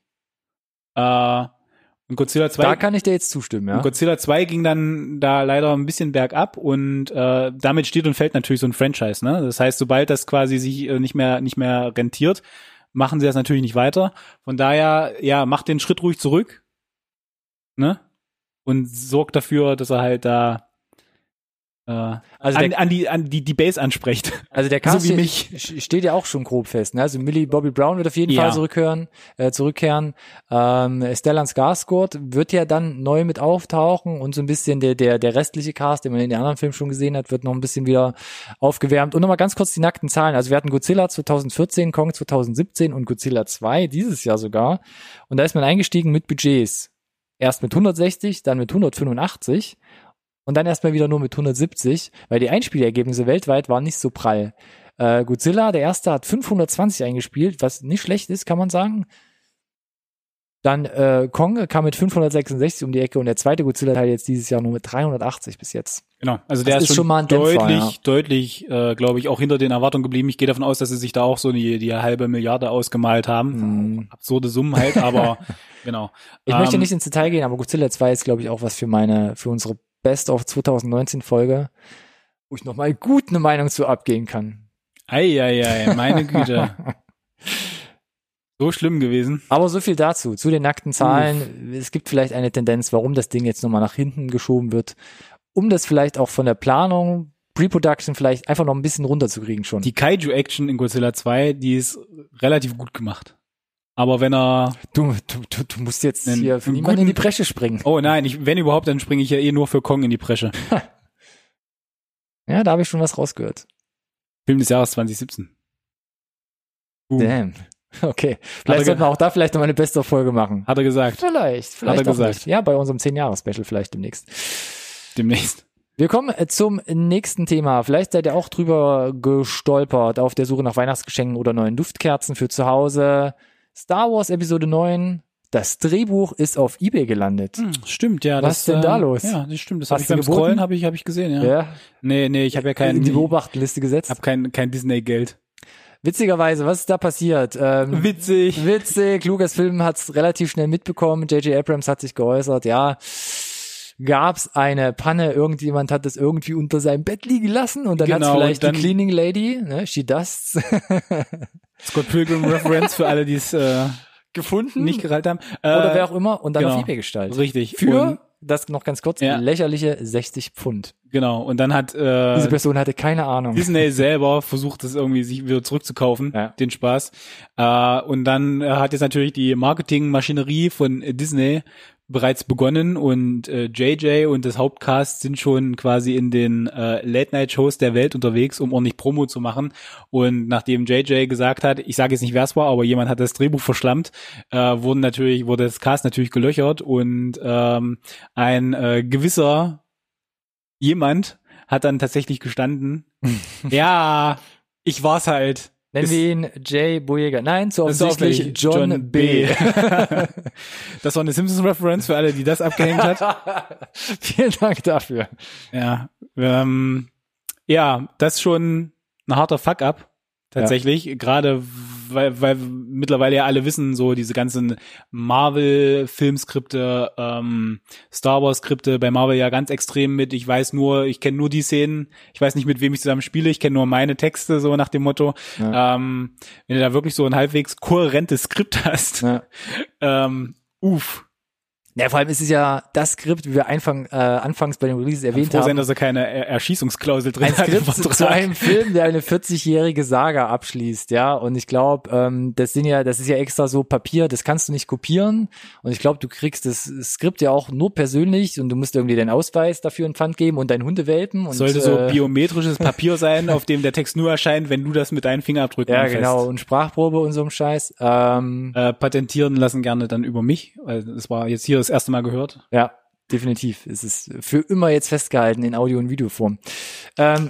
Und Godzilla 2... Da kann ich dir jetzt zustimmen, ja. Und Godzilla 2 ging dann da leider ein bisschen bergab und damit steht und fällt natürlich so ein Franchise, ne? Das heißt, sobald das quasi sich nicht mehr rentiert, machen sie das natürlich nicht weiter. Von daher, ja, macht den Schritt ruhig zurück, ne? Und sorgt dafür, dass er halt da also an die Base anspricht. Also der Cast so wie mich. steht ja auch schon grob fest. Ne? Also Millie Bobby Brown wird auf jeden Fall zurückkehren. Stellan Skarsgård wird ja dann neu mit auftauchen und so ein bisschen der restliche Cast, den man in den anderen Filmen schon gesehen hat, wird noch ein bisschen wieder aufgewärmt. Und nochmal ganz kurz die nackten Zahlen. Also wir hatten Godzilla 2014, Kong 2017 und Godzilla 2 dieses Jahr sogar. Und da ist man eingestiegen mit Budgets. Erst mit 160, dann mit 185 und dann erstmal wieder nur mit 170, weil die Einspielergebnisse weltweit waren nicht so prall. Godzilla, der erste, hat 520 eingespielt, was nicht schlecht ist, kann man sagen. Dann Kong kam mit 566 um die Ecke und der zweite Godzilla-Teil jetzt dieses Jahr nur mit 380 bis jetzt. Genau, also der ist schon mal ein Dämpfer, deutlich, glaube ich, auch hinter den Erwartungen geblieben. Ich gehe davon aus, dass sie sich da auch so die halbe Milliarde ausgemalt haben. Absurde Summen halt, aber genau. Ich möchte nicht ins Detail gehen, aber Godzilla 2 ist, glaube ich, auch was für unsere Best of 2019 Folge, wo ich nochmal gut eine Meinung zu abgeben kann. Eieiei, meine Güte. So schlimm gewesen. Aber so viel dazu, zu den nackten Zahlen. Es gibt vielleicht eine Tendenz, warum das Ding jetzt nochmal nach hinten geschoben wird, um das vielleicht auch von der Planung Pre-Production vielleicht einfach noch ein bisschen runterzukriegen schon. Die Kaiju-Action in Godzilla 2, die ist relativ gut gemacht. Aber wenn er... Du musst jetzt hier für niemanden in die Bresche springen. Oh nein, wenn überhaupt, dann springe ich ja nur für Kong in die Bresche. Ja, da habe ich schon was rausgehört. Film des Jahres 2017. Damn. Okay. Vielleicht sollten wir auch da vielleicht noch mal eine beste Folge machen. Hat er gesagt. Vielleicht hat er auch gesagt. Nicht. Ja, bei unserem 10-Jahres-Special vielleicht demnächst. Wir kommen zum nächsten Thema. Vielleicht seid ihr auch drüber gestolpert auf der Suche nach Weihnachtsgeschenken oder neuen Duftkerzen für zu Hause. Star Wars Episode 9. Das Drehbuch ist auf eBay gelandet. Stimmt, ja. Was ist denn da los? Ja, das stimmt. Das habe ich beim Scrollen hab ich gesehen, ja. Ja. Nee, ich habe ja in die Beobachtenliste gesetzt. Hab kein Disney-Geld. Witzigerweise, was ist da passiert? Witzig. Lucasfilm hat's relativ schnell mitbekommen. J.J. Abrams hat sich geäußert, ja, gab's eine Panne, irgendjemand hat das irgendwie unter seinem Bett liegen lassen und dann hat's vielleicht die Cleaning Lady, ne, she dusts. Scott Pilgrim Reference für alle, die es gefunden, nicht gehalten haben. Oder wer auch immer und dann auf eBay gestaltet. Richtig. Für, das noch ganz kurz, lächerliche 60 Pfund. Genau, und dann hat diese Person hatte keine Ahnung. Disney selber versucht es irgendwie sich wieder zurückzukaufen, den Spaß. Und dann hat jetzt natürlich die Marketingmaschinerie von Disney bereits begonnen und JJ und das Hauptcast sind schon quasi in den Late-Night-Shows der Welt unterwegs, um ordentlich Promo zu machen. Und nachdem JJ gesagt hat, ich sage jetzt nicht, wer es war, aber jemand hat das Drehbuch verschlammt, wurde das Cast natürlich gelöchert und ein gewisser jemand hat dann tatsächlich gestanden, ja, ich war's halt. Nennen wir ihn Jay Boyega. Nein, so offensichtlich John B. Das war eine Simpsons-Reference für alle, die das abgehängt hat. Vielen Dank dafür. Ja, das ist schon ein harter Fuck-up. Tatsächlich, gerade weil mittlerweile ja alle wissen, so diese ganzen Marvel-Filmskripte, Star Wars-Skripte bei Marvel ja ganz extrem mit, ich kenne nur die Szenen, ich weiß nicht, mit wem ich zusammen spiele, ich kenne nur meine Texte, so nach dem Motto. Ja. Wenn du da wirklich so ein halbwegs kohärentes Skript hast, Ja, vor allem ist es ja das Skript, wie wir anfangs bei den Releases erwähnt haben. Froh sein, dass er keine Erschießungsklausel drin hat. Ein Skript zu einem Film, der eine 40-jährige Saga abschließt, ja. Und ich glaube, das ist ja extra so Papier, das kannst du nicht kopieren. Und ich glaube, du kriegst das Skript ja auch nur persönlich und du musst irgendwie deinen Ausweis dafür in Pfand geben und deinen Hundewelpen. Und, sollte so biometrisches Papier sein, auf dem der Text nur erscheint, wenn du das mit deinen Fingerabdrücken anfasst. Ja, genau. Und Sprachprobe und so einem Scheiß. Patentieren lassen gerne dann über mich, weil das war jetzt hier das erste Mal gehört. Ja, definitiv. Es ist für immer jetzt festgehalten in Audio- und Videoform. In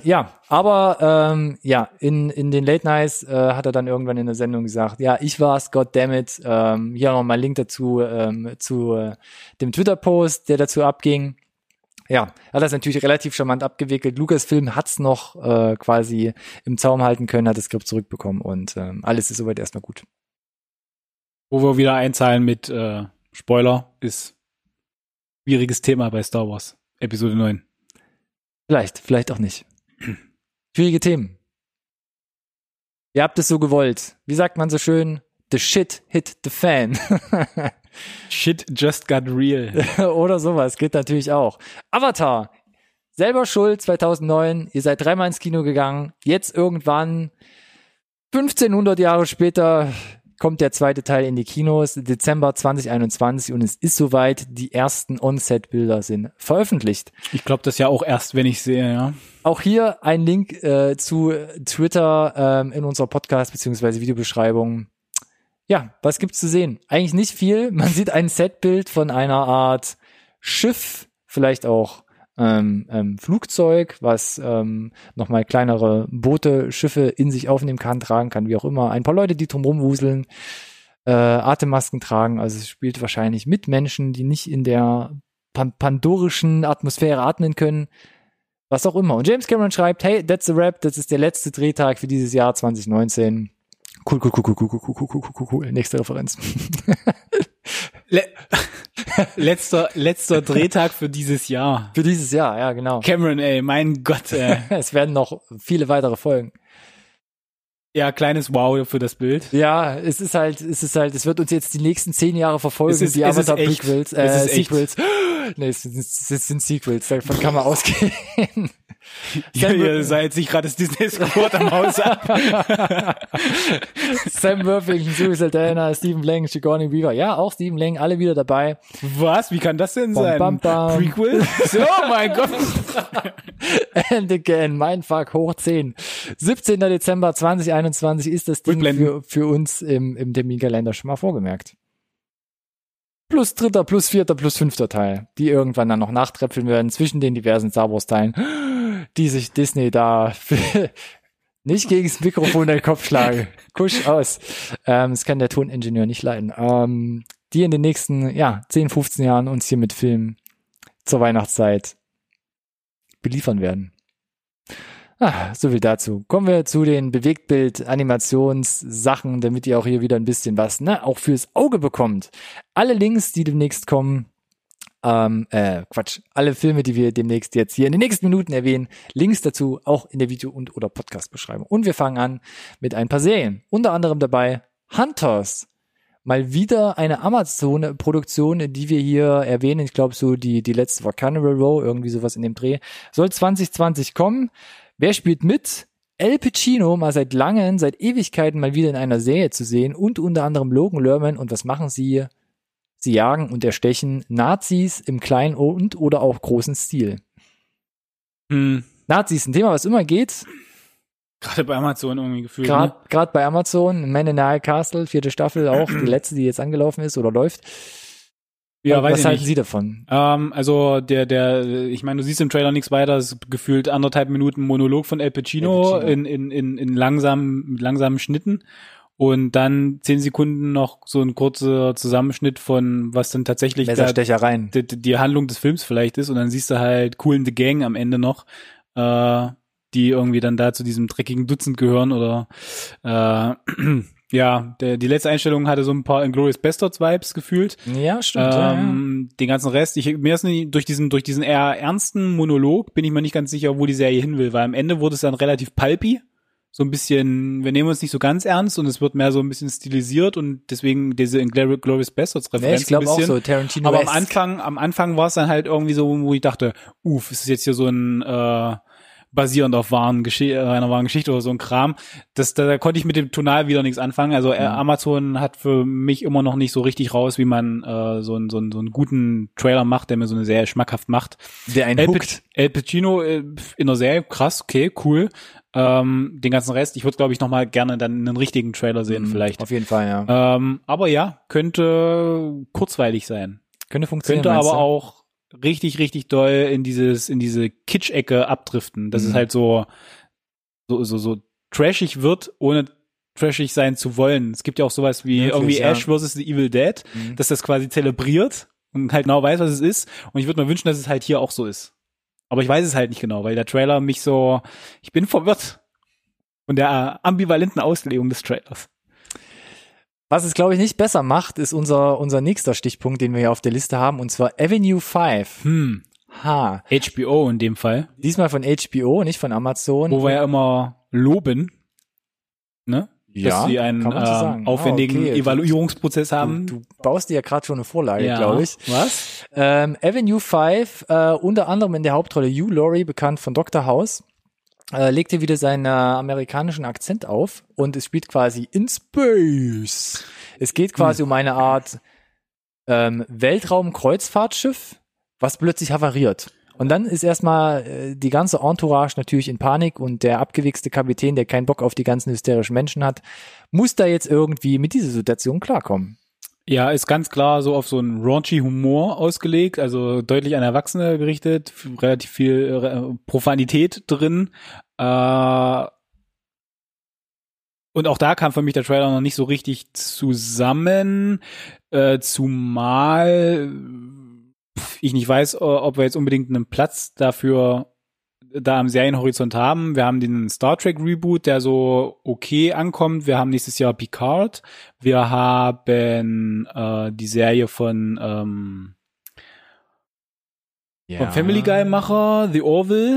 den Late Nights hat er dann irgendwann in der Sendung gesagt, ja, ich war's, goddammit. Hier noch mal ein Link dazu zu dem Twitter-Post, der dazu abging. Ja, hat das natürlich relativ charmant abgewickelt. Lucasfilm hat's noch quasi im Zaum halten können, hat das Skript zurückbekommen und alles ist soweit erstmal gut. Wo wir wieder einzahlen mit Spoiler, ist schwieriges Thema bei Star Wars, Episode 9. Vielleicht auch nicht. Schwierige Themen. Ihr habt es so gewollt. Wie sagt man so schön? The shit hit the fan. Shit just got real. Oder sowas, geht natürlich auch. Avatar. Selber schuld, 2009. Ihr seid 3-mal ins Kino gegangen. Jetzt irgendwann, 1500 Jahre später, kommt der zweite Teil in die Kinos, Dezember 2021 und es ist soweit, die ersten On-Set-Bilder sind veröffentlicht. Ich glaube das ja auch erst, wenn ich sehe, ja. Auch hier ein Link zu Twitter in unserer Podcast- bzw. Videobeschreibung. Ja, was gibt's zu sehen? Eigentlich nicht viel. Man sieht ein Setbild von einer Art Schiff, vielleicht auch Flugzeug, was nochmal kleinere Boote, Schiffe in sich aufnehmen kann, tragen kann, wie auch immer. Ein paar Leute, die drumherum wuseln, Atemmasken tragen. Also es spielt wahrscheinlich mit Menschen, die nicht in der pandorischen Atmosphäre atmen können. Was auch immer. Und James Cameron schreibt, hey, that's a wrap. Das ist der letzte Drehtag für dieses Jahr 2019. Cool. Nächste Referenz. Letzter Drehtag für dieses Jahr. Für dieses Jahr, ja, genau. Cameron, ey, mein Gott, ey. Es werden noch viele weitere Folgen. Ja, kleines Wow für das Bild. Ja, es wird uns jetzt die nächsten 10 Jahre verfolgen, die Avatar-Prequels, Sequels. Nee, es sind Sequels, davon kann man ausgehen. Ihr seid sich gerade das Disney-Squad am Haus ab. Sam Worthington, Zoe Saldana, Stephen Lang, Sigourney Weaver. Ja, auch Stephen Lang, alle wieder dabei. Was? Wie kann das denn sein? Bam, bam. Prequel? Oh mein Gott. And again, Mindfuck hoch 10. 17. Dezember 2021 ist das Ding für uns im Terminkalender schon mal vorgemerkt. Plus 3., plus 4., plus 5. Teil, die irgendwann dann noch nachtröpfeln werden zwischen den diversen Star Wars Teilen, die sich Disney da nicht gegen das Mikrofon in den Kopf schlagen. Kusch aus. Das kann der Toningenieur nicht leiden. Die in den nächsten 10, 15 Jahren uns hier mit Filmen zur Weihnachtszeit beliefern werden. So viel dazu. Kommen wir zu den Bewegtbild-Animationssachen, damit ihr auch hier wieder ein bisschen was, auch fürs Auge bekommt. Alle Links, die demnächst kommen, alle Filme, die wir demnächst jetzt hier in den nächsten Minuten erwähnen, Links dazu auch in der Video- oder Podcast-Beschreibung. Und wir fangen an mit ein paar Serien. Unter anderem dabei Hunters. Mal wieder eine Amazon-Produktion, die wir hier erwähnen. Ich glaube, so die letzte war Carnival Row, irgendwie sowas in dem Dreh. Soll 2020 kommen. Wer spielt mit? Al Pacino, mal seit Ewigkeiten mal wieder in einer Serie zu sehen und unter anderem Logan Lerman. Und was machen sie? Sie jagen und erstechen Nazis im kleinen und oder auch großen Stil. Nazis, ein Thema, was immer geht. Gerade bei Amazon irgendwie gefühlt. Gerade bei Amazon, Man in the High Castle, 4. Staffel auch, die letzte, die jetzt angelaufen ist oder läuft. Ja, was halten Sie davon? Also ich meine, du siehst im Trailer nichts weiter, es ist gefühlt 1,5 Minuten Monolog von Al Pacino. in langsamen Schnitten und dann 10 Sekunden noch so ein kurzer Zusammenschnitt von was dann tatsächlich Messerstechereien. Die Handlung des Films vielleicht ist und dann siehst du halt Kool and the Gang am Ende noch, die irgendwie dann da zu diesem dreckigen Dutzend gehören oder die letzte Einstellung hatte so ein paar Inglourious Basterds Vibes gefühlt. Ja, stimmt. Den ganzen Rest, durch diesen eher ernsten Monolog bin ich mir nicht ganz sicher, wo die Serie hin will, weil am Ende wurde es dann relativ pulpy. So ein bisschen, wir nehmen uns nicht so ganz ernst und es wird mehr so ein bisschen stilisiert und deswend diese Inglourious Basterds Referenz ich glaube auch so, Tarantino. Aber am Anfang war es dann halt irgendwie so, wo ich dachte, ist es jetzt hier so ein basierend auf einer wahren Geschichte oder so ein Kram. Da konnte ich mit dem Tonal wieder nichts anfangen. Also Amazon hat für mich immer noch nicht so richtig raus, wie man so einen guten Trailer macht, der mir so eine Serie schmackhaft macht. Der einen hookt. Al Pacino in der Serie, krass, okay, cool. Den ganzen Rest, ich würde, glaube ich, noch mal gerne dann einen richtigen Trailer sehen vielleicht. Auf jeden Fall, ja. Aber ja, könnte kurzweilig sein. Könnte funktionieren. Könnte aber auch richtig, richtig doll in diese Kitsch-Ecke abdriften, dass es halt so trashig wird, ohne trashig sein zu wollen. Es gibt ja auch sowas wie irgendwie Ash vs. The Evil Dead, dass das quasi zelebriert und halt genau weiß, was es ist. Und ich würde mir wünschen, dass es halt hier auch so ist. Aber ich weiß es halt nicht genau, weil der Trailer ich bin verwirrt von der ambivalenten Auslegung des Trailers. Was es, glaube ich, nicht besser macht, ist unser nächster Stichpunkt, den wir hier auf der Liste haben, und zwar Avenue 5. HBO in dem Fall. Diesmal von HBO, nicht von Amazon. Wo wir ja immer loben, ne? Ja, dass sie einen aufwendigen Evaluierungsprozess haben. Du baust dir ja gerade schon eine Vorlage, glaube ich. Was? Avenue 5, unter anderem in der Hauptrolle Hugh Laurie, bekannt von Dr. House, legt hier wieder seinen amerikanischen Akzent auf und es spielt quasi in Space. Es geht quasi um eine Art Weltraum-Kreuzfahrtschiff, was plötzlich havariert. Und dann ist erstmal die ganze Entourage natürlich in Panik und der abgewichste Kapitän, der keinen Bock auf die ganzen hysterischen Menschen hat, muss da jetzt irgendwie mit dieser Situation klarkommen. Ja, ist ganz klar so auf so einen raunchy Humor ausgelegt, also deutlich an Erwachsene gerichtet, relativ viel Profanität drin. Und auch da kam für mich der Trailer noch nicht so richtig zusammen, zumal ich nicht weiß, ob wir jetzt unbedingt einen Platz dafür da am Serienhorizont haben. Wir haben den Star Trek Reboot, der so okay ankommt. Wir haben nächstes Jahr Picard. Wir haben die Serie von vom Family Guy Macher, The Orville,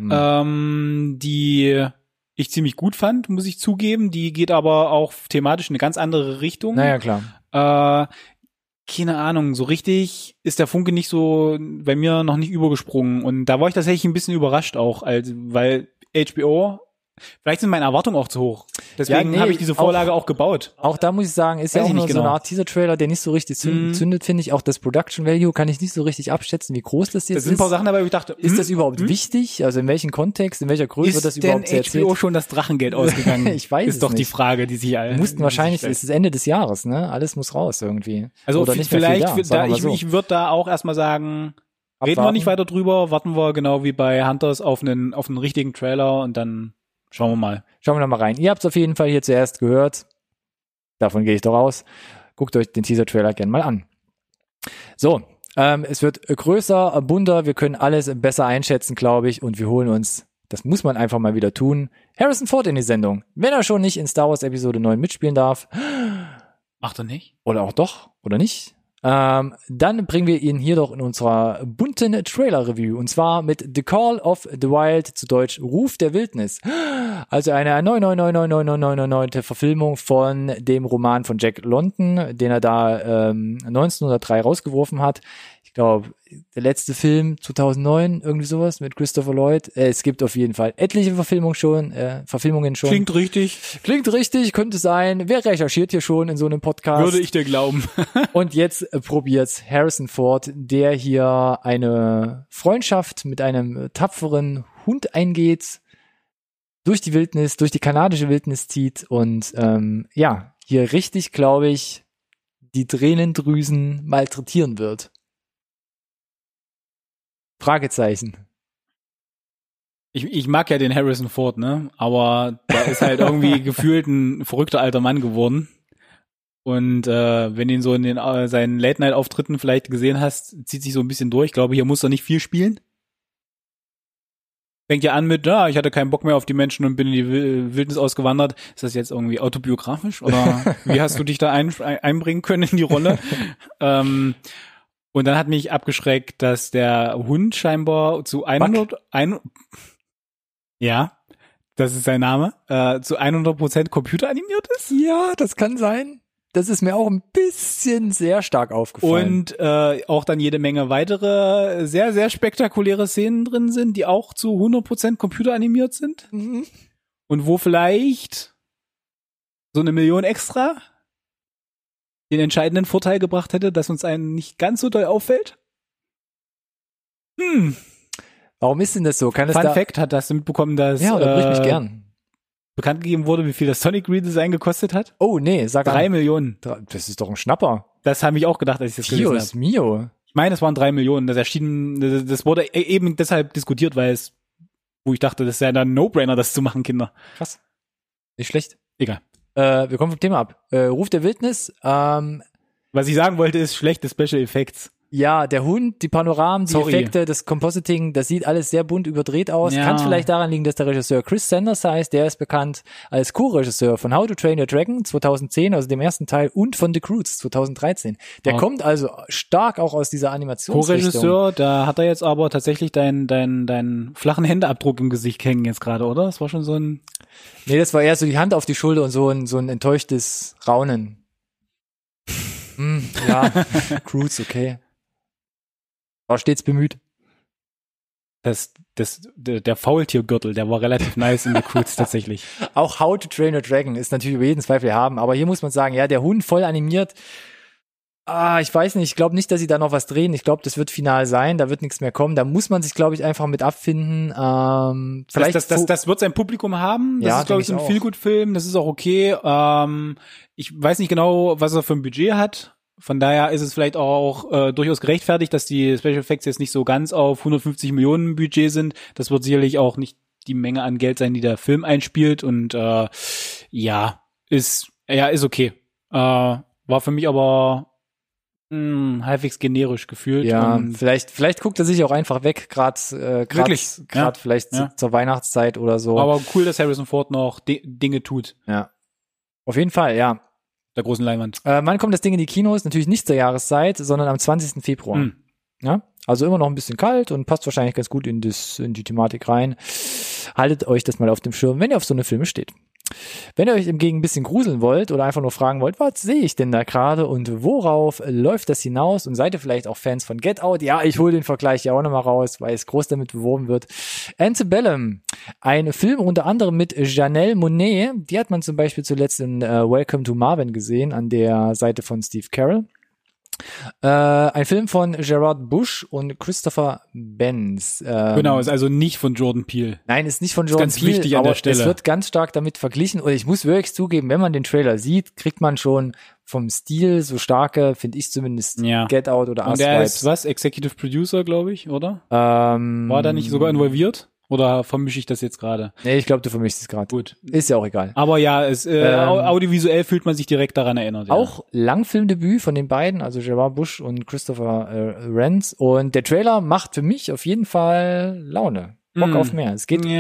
die ich ziemlich gut fand, muss ich zugeben. Die geht aber auch thematisch in eine ganz andere Richtung. Naja, klar. keine Ahnung, so richtig ist der Funke nicht so bei mir noch nicht übergesprungen. Und da war ich tatsächlich ein bisschen überrascht auch, weil HBO, vielleicht sind meine Erwartungen auch zu hoch. Deswegen habe ich diese Vorlage auch gebaut. Auch da muss ich sagen, ist ja auch nur so eine Art Teaser-Trailer, der nicht so richtig zündet, finde ich. Auch das Production Value kann ich nicht so richtig abschätzen, wie groß das jetzt ist. Das sind ein paar Sachen dabei, wo ich dachte, ist das überhaupt wichtig? Also in welchem Kontext, in welcher Größe wird das überhaupt erzählt? Ist denn HBO schon das Drachengeld ausgegangen? Ich weiß es nicht. Ist doch die Frage, die sich alle... Mussten wahrscheinlich, es ist Ende des Jahres, ne? Alles muss raus irgendwie. Also oder nicht vielleicht, so. ich würde da auch erstmal sagen, reden wir nicht weiter drüber, warten wir genau wie bei Hunters auf einen richtigen Trailer und dann schauen wir mal. Schauen wir noch mal rein. Ihr habt es auf jeden Fall hier zuerst gehört. Davon gehe ich doch aus. Guckt euch den Teaser-Trailer gerne mal an. So, es wird größer, bunter. Wir können alles besser einschätzen, glaube ich. Und wir holen uns, das muss man einfach mal wieder tun, Harrison Ford in die Sendung. Wenn er schon nicht in Star Wars Episode 9 mitspielen darf. Macht er nicht? Oder auch doch, oder nicht? Dann bringen wir ihn hier doch in unserer bunten Trailer-Review. Und zwar mit The Call of the Wild, zu Deutsch Ruf der Wildnis. Also eine neue Verfilmung von dem Roman von Jack London, den er da 1903 rausgeworfen hat. Ich glaube, der letzte Film 2009, irgendwie sowas mit Christopher Lloyd. Es gibt auf jeden Fall etliche Verfilmungen schon. Klingt richtig, könnte sein. Wer recherchiert hier schon in so einem Podcast? Würde ich dir glauben. Und jetzt probiert's Harrison Ford, der hier eine Freundschaft mit einem tapferen Hund eingeht, durch die Wildnis, durch die kanadische Wildnis zieht und hier richtig, glaube ich, die Tränendrüsen malträtieren wird. Fragezeichen. Ich mag ja den Harrison Ford, ne? Aber der ist halt irgendwie gefühlt ein verrückter alter Mann geworden. Und wenn du ihn so in seinen Late-Night-Auftritten vielleicht gesehen hast, zieht sich so ein bisschen durch. Ich glaube, hier muss er nicht viel spielen. Fängt ja an mit, ich hatte keinen Bock mehr auf die Menschen und bin in die Wildnis ausgewandert. Ist das jetzt irgendwie autobiografisch? Oder wie hast du dich da einbringen können in die Rolle? Und dann hat mich abgeschreckt, dass der Hund scheinbar zu 100, ja, das ist sein Name, zu 100% computeranimiert ist. Ja, das kann sein. Das ist mir auch ein bisschen sehr stark aufgefallen. Und auch dann jede Menge weitere sehr, sehr spektakuläre Szenen drin sind, die auch zu 100% computeranimiert sind. Mhm. Und wo vielleicht so 1 Million extra den entscheidenden Vorteil gebracht hätte, dass uns einen nicht ganz so doll auffällt. Warum ist denn das so? Fun Fact, hast du mitbekommen, dass ja, da bricht mich gern. bekannt gegeben wurde, wie viel das Sonic Redesign gekostet hat? Oh, nee, sag 3 Millionen. Das ist doch ein Schnapper. Das habe ich auch gedacht, als ich das gelesen habe. Dios mio. Ich meine, es waren 3 Millionen. Das wurde eben deshalb diskutiert, wo ich dachte, das ist ja dann ein No-Brainer, das zu machen, Kinder. Krass. Nicht schlecht. Egal. Wir kommen vom Thema ab. Ruf der Wildnis. Was ich sagen wollte, ist schlechte Special Effects. Ja, der Hund, die Panoramen, die Effekte, das Compositing, das sieht alles sehr bunt überdreht aus. Ja. Kann vielleicht daran liegen, dass der Regisseur Chris Sanders heißt. Der ist bekannt als Co-Regisseur von How to Train Your Dragon 2010, also dem ersten Teil, und von The Croods 2013. Der kommt also stark auch aus dieser Animationsrichtung. Co-Regisseur, da hat er jetzt aber tatsächlich deinen flachen Händeabdruck im Gesicht hängen jetzt gerade, oder? Das war schon so ein... Nee, das war eher so die Hand auf die Schulter und so ein enttäuschtes Raunen. Ja, Croods, okay. War stets bemüht. Der Faultiergürtel, der war relativ nice in The Croods tatsächlich. Auch How to Train Your Dragon ist natürlich über jeden Zweifel haben, aber hier muss man sagen, ja, der Hund voll animiert. Ich weiß nicht, ich glaube nicht, dass sie da noch was drehen. Ich glaube, das wird final sein, da wird nichts mehr kommen. Da muss man sich, glaube ich, einfach mit abfinden. Vielleicht das wird sein Publikum haben. Das ja, ist, glaube ich, so ein Feel-Good-Film. Das ist auch okay. Ich weiß nicht genau, was er für ein Budget hat. Von daher ist es vielleicht auch durchaus gerechtfertigt, dass die Special Effects jetzt nicht so ganz auf 150 Millionen Budget sind. Das wird sicherlich auch nicht die Menge an Geld sein, die der Film einspielt. Und ist okay. War für mich aber halbwegs generisch gefühlt. Ja, und vielleicht guckt er sich auch einfach weg, gerade vielleicht zur Weihnachtszeit oder so. Aber cool, dass Harrison Ford noch Dinge tut. Ja, auf jeden Fall, ja. Der großen Leinwand. Wann kommt das Ding in die Kinos? Natürlich nicht zur Jahreszeit, sondern am 20. Februar. Ja, also immer noch ein bisschen kalt und passt wahrscheinlich ganz gut in die Thematik rein. Haltet euch das mal auf dem Schirm, wenn ihr auf so eine Filme steht. Wenn ihr euch hingegen ein bisschen gruseln wollt oder einfach nur fragen wollt, was sehe ich denn da gerade und worauf läuft das hinaus und seid ihr vielleicht auch Fans von Get Out? Ja, ich hole den Vergleich ja auch nochmal raus, weil es groß damit beworben wird. Antebellum, ein Film unter anderem mit Janelle Monáe, die hat man zum Beispiel zuletzt in Welcome to Marvin gesehen, an der Seite von Steve Carell. Ein Film von Gerard Bush und Christopher Benz. Genau, ist also nicht von Jordan Peele. Nein, ist nicht von Jordan ganz Peele, wichtig an aber der Stelle. es wird ganz stark damit verglichen. Und ich muss wirklich zugeben, wenn man den Trailer sieht, kriegt man schon vom Stil so starke, finde ich zumindest, Ja. Get Out oder Us Und der Vibes. ist was? Executive Producer, glaube ich, oder? War da nicht sogar involviert? Oder vermische ich das jetzt gerade? Nee, ich glaube, du vermischst es gerade. Gut. Ist ja auch egal. Aber ja, audiovisuell fühlt man sich direkt daran erinnert. Ja. Auch Langfilmdebüt von den beiden, also Gerard Bush und Christopher Renz. Und der Trailer macht für mich auf jeden Fall Laune. Bock auf mehr. Es geht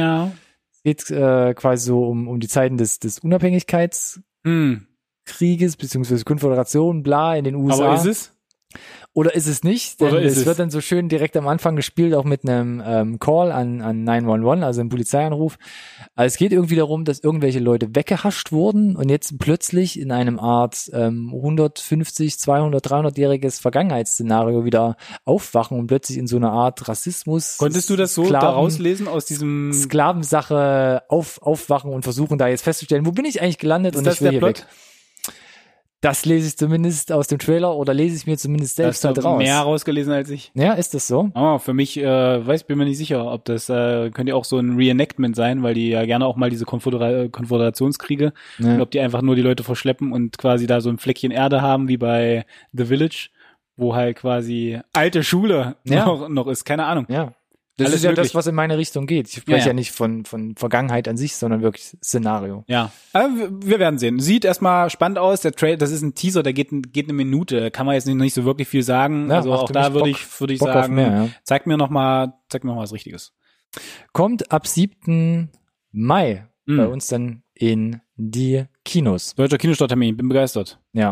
quasi so um die Zeiten des Unabhängigkeitskrieges, beziehungsweise Konföderation, bla, in den USA. Aber ist es? Oder ist es nicht? Denn es wird dann so schön direkt am Anfang gespielt, auch mit einem Call an 911, also einem Polizeianruf. Also es geht irgendwie darum, dass irgendwelche Leute weggehascht wurden und jetzt plötzlich in einem Art 150, 200, 300-jähriges Vergangenheitsszenario wieder aufwachen und plötzlich in so einer Art Rassismus. Konntest du das so daraus lesen aus diesem Sklavensache aufwachen und versuchen da jetzt festzustellen, wo bin ich eigentlich gelandet und ich will hier weg. Das lese ich zumindest aus dem Trailer oder lese ich mir zumindest selbst halt raus. Mehr rausgelesen als ich. Ja, ist das so? Oh, für mich, bin mir nicht sicher, ob das könnte ja auch so ein Reenactment sein, weil die ja gerne auch mal diese Konföderationskriege und ob die einfach nur die Leute verschleppen und quasi da so ein Fleckchen Erde haben wie bei The Village, wo halt quasi alte Schule noch ist, keine Ahnung. Ja. Das Alles ist ja möglich. das, was in meine Richtung geht. Ich spreche ja nicht von Vergangenheit an sich, sondern wirklich Szenario. Ja, aber wir werden sehen. Sieht erstmal spannend aus. Der Trailer, das ist ein Teaser, der geht eine Minute. Kann man jetzt nicht so wirklich viel sagen. Ja, also auch da würde ich Bock sagen, mehr, zeig mir noch mal was Richtiges. Kommt ab 7. Mai bei uns dann in die Kinos. Deutscher Kinostarttermin, bin begeistert. Ja.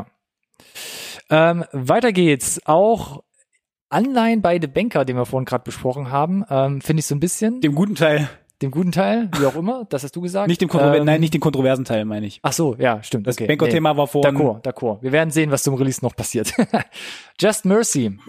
Weiter geht's. Auch Anleihen bei The Banker, den wir vorhin gerade besprochen haben, finde ich so ein bisschen. Dem guten Teil. Dem guten Teil, wie auch immer, das hast du gesagt. Nicht nicht den kontroversen Teil, meine ich. Ach so, ja, stimmt. Das Banker-Thema war vorhin. D'accord. Wir werden sehen, was zum Release noch passiert. Just Mercy.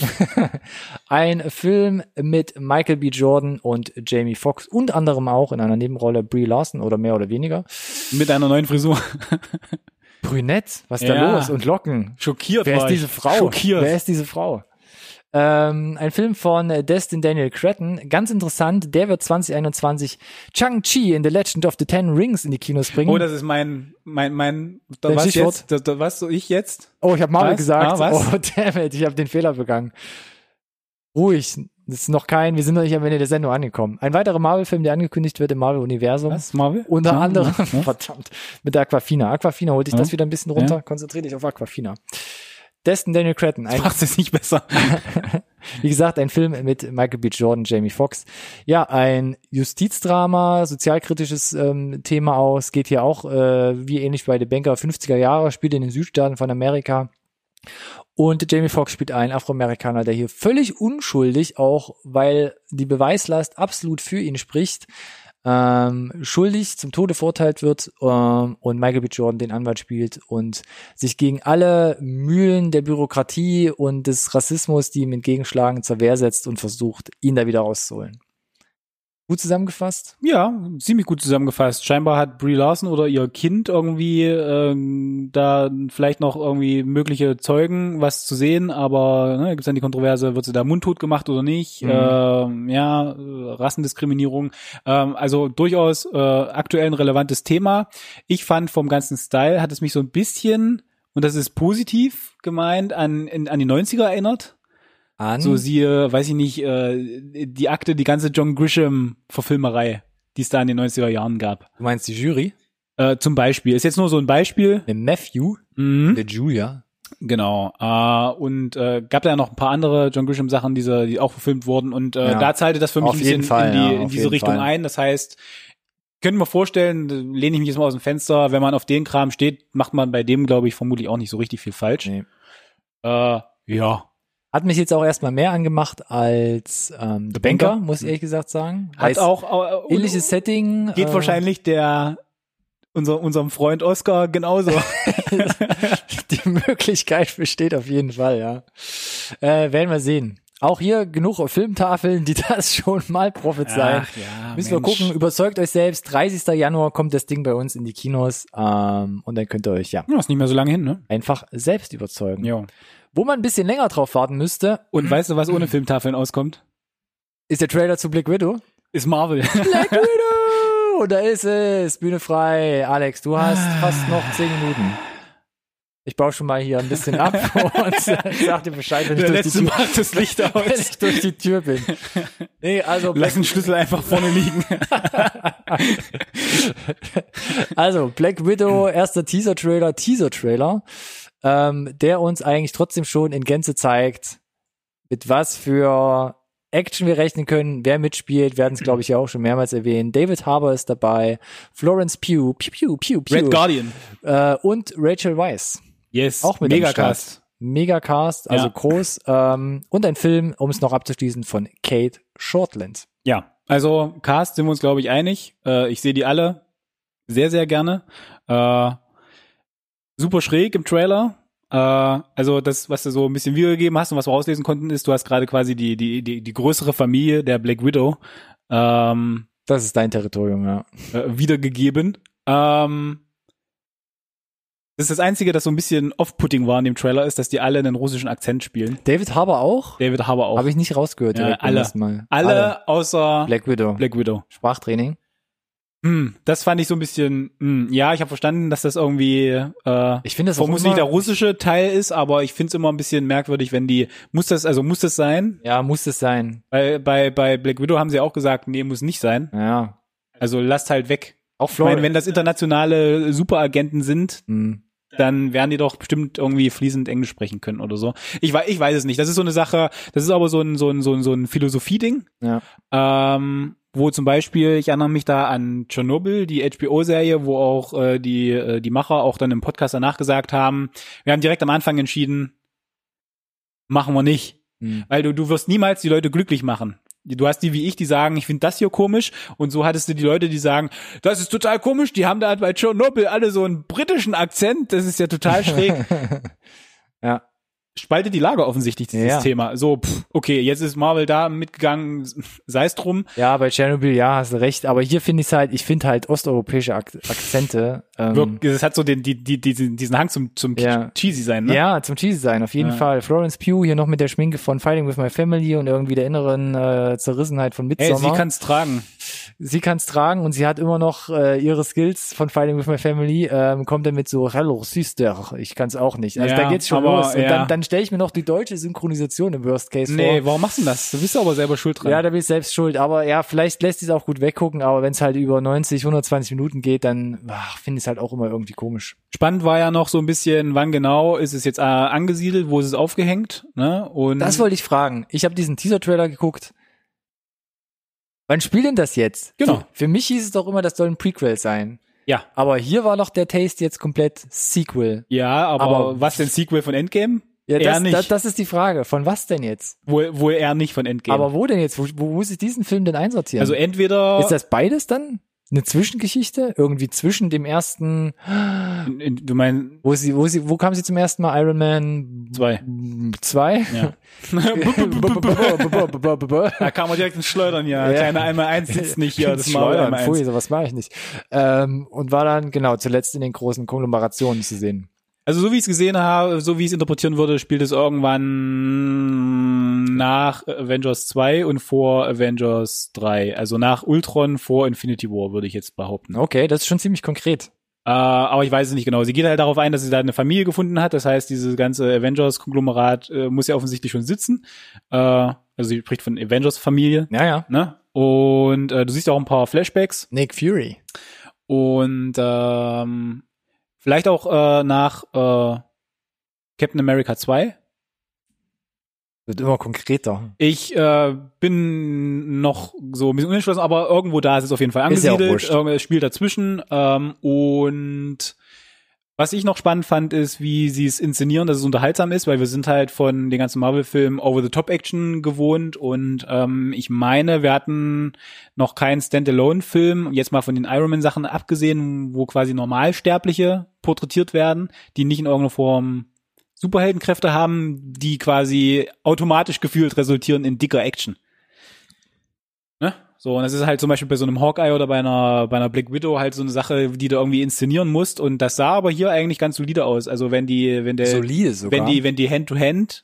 Ein Film mit Michael B. Jordan und Jamie Foxx, unter anderem auch in einer Nebenrolle Brie Larson oder mehr oder weniger. Mit einer neuen Frisur. Brünett, was ist da los? Und Locken. Schockiert Wer war ist diese Frau? Schockiert. Wer ist diese Frau? Ein Film von Destin Daniel Cretton. Ganz interessant, der wird 2021 Shang-Chi in The Legend of the Ten Rings in die Kinos bringen. Oh, das ist mein Dein was Stichwort? jetzt? Was so ich jetzt? Oh, ich habe Marvel gesagt. Was? Oh, damn it, ich habe den Fehler begangen. Ruhig, das ist noch wir sind noch nicht am Ende der Sendung angekommen. Ein weiterer Marvel-Film, der angekündigt wird im Marvel-Universum. Was? Marvel? Unter anderem, Ja. verdammt, mit der Aquafina. Aquafina, holt dich das wieder ein bisschen runter. Konzentrier dich auf Aquafina. Destin Daniel Cretton. Macht es nicht besser. Wie gesagt, ein Film mit Michael B. Jordan, Jamie Foxx. Ja, ein Justizdrama, sozialkritisches Thema aus. Geht hier auch, wie ähnlich bei The Banker, 50er Jahre, spielt in den Südstaaten von Amerika. Und Jamie Foxx spielt einen Afroamerikaner, der hier völlig unschuldig, auch weil die Beweislast absolut für ihn spricht, schuldig zum Tode verurteilt wird und Michael B. Jordan den Anwalt spielt und sich gegen alle Mühlen der Bürokratie und des Rassismus, die ihm entgegenschlagen, zur Wehr setzt und versucht, ihn da wieder rauszuholen. Gut zusammengefasst? Ja, ziemlich gut zusammengefasst. Scheinbar hat Brie Larson oder ihr Kind irgendwie da vielleicht noch irgendwie mögliche Zeugen was zu sehen, aber gibt's dann die Kontroverse, wird sie da mundtot gemacht oder nicht? Rassendiskriminierung. Also durchaus aktuell ein relevantes Thema. Ich fand vom ganzen Style hat es mich so ein bisschen, und das ist positiv gemeint, an die 90er erinnert. So siehe, weiß ich nicht, die ganze John Grisham-Verfilmerei, die es da in den 90er Jahren gab. Du meinst die Jury? Zum Beispiel. Ist jetzt nur so ein Beispiel. Mit Matthew, der Julia. Genau. Und gab da ja noch ein paar andere John Grisham-Sachen, die auch verfilmt wurden. Und da zahlte das für mich Auf ein bisschen jeden Fall, in diese Richtung ein. Das heißt, können wir vorstellen, lehne ich mich jetzt mal aus dem Fenster, wenn man auf den Kram steht, macht man bei dem, glaube ich, vermutlich auch nicht so richtig viel falsch. Nee. Ja. Hat mich jetzt auch erstmal mehr angemacht als The Banker, muss ich ehrlich gesagt sagen. Hat auch ähnliches Setting. Geht wahrscheinlich der unserem Freund Oscar genauso. Die Möglichkeit besteht auf jeden Fall, ja. Werden wir sehen. Auch hier genug Filmtafeln, die das schon mal prophezeien. Ach ja, Müssen wir gucken, überzeugt euch selbst. 30. Januar kommt das Ding bei uns in die Kinos. Und dann könnt ihr euch Ja, ist nicht mehr so lange hin, ne? einfach selbst überzeugen. Jo. Wo man ein bisschen länger drauf warten müsste, Und weißt du, was ohne Filmtafeln auskommt? ist der Trailer zu Black Widow. Ist Marvel. Black Widow! Da ist es. Bühne frei. Alex, du hast fast noch 10 Minuten. Ich baue schon mal hier ein bisschen ab und sag dir Bescheid, wenn ich, Der durch die, letzte Tür, macht das Licht wenn aus. ich durch die Tür bin. Nee, also Lass den Schlüssel einfach vorne liegen. Also, Black Widow, erster Teaser-Trailer, der uns eigentlich trotzdem schon in Gänze zeigt, mit was für Action wir rechnen können, wer mitspielt, werden es, glaube ich, ja auch schon mehrmals erwähnt. David Harbour ist dabei, Florence Pugh, Red Guardian. Und Rachel Weisz. Yes. Auch mit Megacast. Megacast, also Ja. groß. Und ein Film, um es noch abzuschließen, von Kate Shortland. Ja. Also, Cast sind wir uns, glaube ich, einig. Ich sehe die alle sehr, sehr gerne. Super schräg im Trailer. Also das, was du so ein bisschen wiedergegeben hast und was wir rauslesen konnten, ist, du hast gerade quasi die größere Familie der Black Widow Das ist dein Territorium, ja. wiedergegeben. Das ist das Einzige, das so ein bisschen off-putting war in dem Trailer, ist, dass die alle einen russischen Akzent spielen. David Harbour auch? David Harbour auch. Habe ich nicht rausgehört direkt beim alle. ersten Mal. Alle außer Black Widow. Black Widow. Sprachtraining. Das fand ich so ein bisschen, ja, ich habe verstanden, dass das irgendwie Ich finde das auch vermutlich immer, der russische Teil ist, aber ich finde es immer ein bisschen merkwürdig, wenn die, muss das sein? Ja, muss es sein. Bei Black Widow haben sie auch gesagt, nee, muss nicht sein. Ja. Also lasst halt weg. Auch Ich meine, wenn das internationale Superagenten sind, Hm. dann werden die doch bestimmt irgendwie fließend Englisch sprechen können oder so. Ich weiß es nicht. Das ist so eine Sache, das ist aber so ein Philosophie-Ding. Ja. Wo zum Beispiel, ich erinnere mich da an Tschernobyl, die HBO-Serie, wo auch die Macher auch dann im Podcast danach gesagt haben, wir haben direkt am Anfang entschieden, machen wir nicht. Weil du wirst niemals die Leute glücklich machen. Du hast die wie ich, die sagen, ich finde das hier komisch, und so hattest du die Leute, die sagen, das ist total komisch, die haben da bei Tschernobyl alle so einen britischen Akzent, das ist ja total schräg. Ja. Spaltet die Lager offensichtlich, dieses Ja. Thema. So, okay, jetzt ist Marvel da mitgegangen, sei es drum. Ja, bei Tschernobyl, ja, hast du recht. Aber hier finde ich finde halt osteuropäische Akzente. Es hat so diesen Hang zum Ja. Cheesy sein, ne? Ja, zum Cheesy sein, auf jeden Ja. Fall. Florence Pugh hier noch mit der Schminke von Fighting with My Family und irgendwie der inneren Zerrissenheit von Ey, Midsommar. sie kann's tragen. Sie kann's tragen und sie hat immer noch ihre Skills von Fighting with My Family, kommt dann mit so Hello Sister, ich kann's auch nicht. Also Ja, da geht's schon aber, los. Und ja. dann stelle ich mir noch die deutsche Synchronisation im Worst Case Nee, vor. warum machst du denn das? Du bist aber selber schuld dran. Ja, da bin ich selbst schuld. Aber ja, vielleicht lässt sie es auch gut weggucken, aber wenn es halt über 90, 120 Minuten geht, dann finde ich es halt auch immer irgendwie komisch. Spannend war ja noch so ein bisschen, wann genau ist es jetzt angesiedelt, wo ist es aufgehängt, ne? Und Das wollte ich fragen. Ich habe diesen Teaser-Trailer geguckt. Wann spielt denn das jetzt? Genau. Für mich hieß es doch immer, das soll ein Prequel sein. ja. Aber hier war doch der Taste jetzt komplett Sequel. Ja, aber was denn Sequel von Endgame? Ja, Eher nicht. das ist die Frage. Von was denn jetzt? Wohl eher nicht von Endgame. Aber wo denn jetzt? Wo muss ich diesen Film denn einsortieren? also entweder ist das beides dann? Eine Zwischengeschichte? Irgendwie zwischen dem ersten, du meinst wo kam sie zum ersten Mal? Iron Man 2. 2? Ja. Da kann man direkt ins Schleudern, ja. Ja. Kleine einmal eins sitzt nicht hier, das Schleudern, Mal einmal pfui, eins. sowas mache ich nicht. Und war dann, genau, zuletzt in den großen Konglomerationen zu sehen. Also so wie ich es gesehen habe, so wie ich es interpretieren würde, spielt es irgendwann nach Avengers 2 und vor Avengers 3. Also nach Ultron, vor Infinity War, würde ich jetzt behaupten. Okay, das ist schon ziemlich konkret. Aber ich weiß es nicht genau. Sie geht halt darauf ein, dass sie da eine Familie gefunden hat. Das heißt, dieses ganze Avengers-Konglomerat muss ja offensichtlich schon sitzen. Also sie spricht von Avengers-Familie. Ja, ja. Ne? Und du siehst auch ein paar Flashbacks. Nick Fury. Und vielleicht auch nach Captain America 2. Wird immer konkreter. Ich bin noch so ein bisschen unentschlossen, aber irgendwo da ist es auf jeden Fall Ist ja auch angesiedelt. wurscht. Es spielt dazwischen. Und Was ich noch spannend fand, ist, wie sie es inszenieren, dass es unterhaltsam ist, weil wir sind halt von den ganzen Marvel-Filmen Over-the-Top-Action gewohnt und ich meine, wir hatten noch keinen Standalone-Film, jetzt mal von den Iron Man-Sachen abgesehen, wo quasi Normalsterbliche porträtiert werden, die nicht in irgendeiner Form Superheldenkräfte haben, die quasi automatisch gefühlt resultieren in dicker Action. Ne? So, und das ist halt zum Beispiel bei so einem Hawkeye oder bei einer Black Widow halt so eine Sache, die du irgendwie inszenieren musst. Und das sah aber hier eigentlich ganz solide aus. Also Solide sogar. wenn die Hand-to-Hand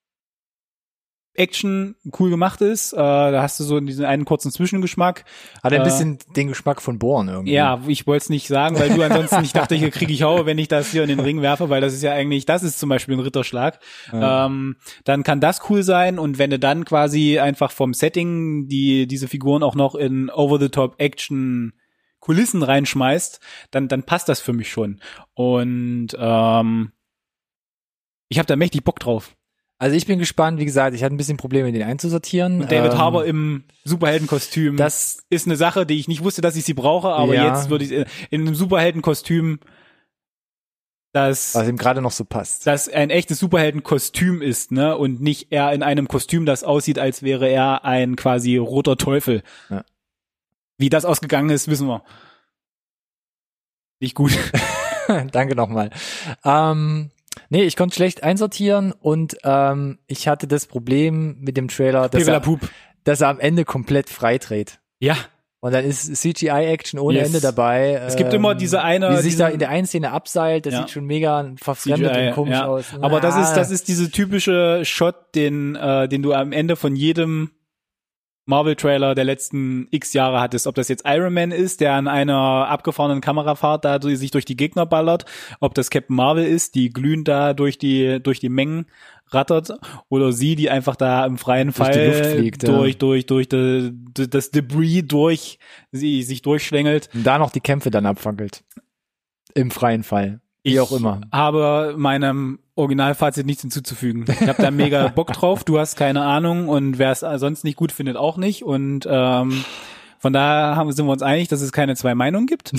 Action cool gemacht ist, da hast du so diesen einen kurzen Zwischengeschmack. Hat ein bisschen den Geschmack von Bourne irgendwie. Ja, ich wollte es nicht sagen, weil du ansonsten, ich dachte, hier kriege ich Haue, wenn ich das hier in den Ring werfe, weil das ist ja eigentlich, das ist zum Beispiel ein Ritterschlag. Ja. Dann kann das cool sein und wenn du dann quasi einfach vom Setting diese Figuren auch noch in Over-the-Top-Action Kulissen reinschmeißt, dann passt das für mich schon. Und ich habe da mächtig Bock drauf. Also ich bin gespannt, wie gesagt, ich hatte ein bisschen Probleme, den einzusortieren. Und David Harbour im Superheldenkostüm. Das ist eine Sache, die ich nicht wusste, dass ich sie brauche, aber jetzt würde ich in einem Superheldenkostüm, was ihm gerade noch so passt. Das ein echtes Superheldenkostüm ist, ne? Und nicht er in einem Kostüm, das aussieht, als wäre er ein quasi roter Teufel. Ja. Wie das ausgegangen ist, wissen wir. Nicht gut. Danke nochmal. Nee, ich konnte schlecht einsortieren und ich hatte das Problem mit dem Trailer, dass er am Ende komplett freidreht. Ja. Und dann ist CGI-Action ohne Ende dabei. Es gibt immer diese eine... Wie sich da in der einen Szene abseilt, das sieht schon mega verfremdet und komisch aus. Aber das ist diese typische Shot, den du am Ende von jedem Marvel-Trailer der letzten x Jahre hattest, ob das jetzt Iron Man ist, der an einer abgefahrenen Kamerafahrt da sich durch die Gegner ballert, ob das Captain Marvel ist, die glühend da durch die Mengen rattert, oder sie, die einfach da im freien Fall die Luft fliegt, durch das Debris sich durchschlängelt. Und da noch die Kämpfe dann abfackelt. Im freien Fall. Wie auch immer. Ich habe meinem Originalfazit nichts hinzuzufügen. Ich habe da mega Bock drauf. Du hast keine Ahnung und wer es sonst nicht gut findet, auch nicht. Und von daher sind wir uns einig, dass es keine zwei Meinungen gibt.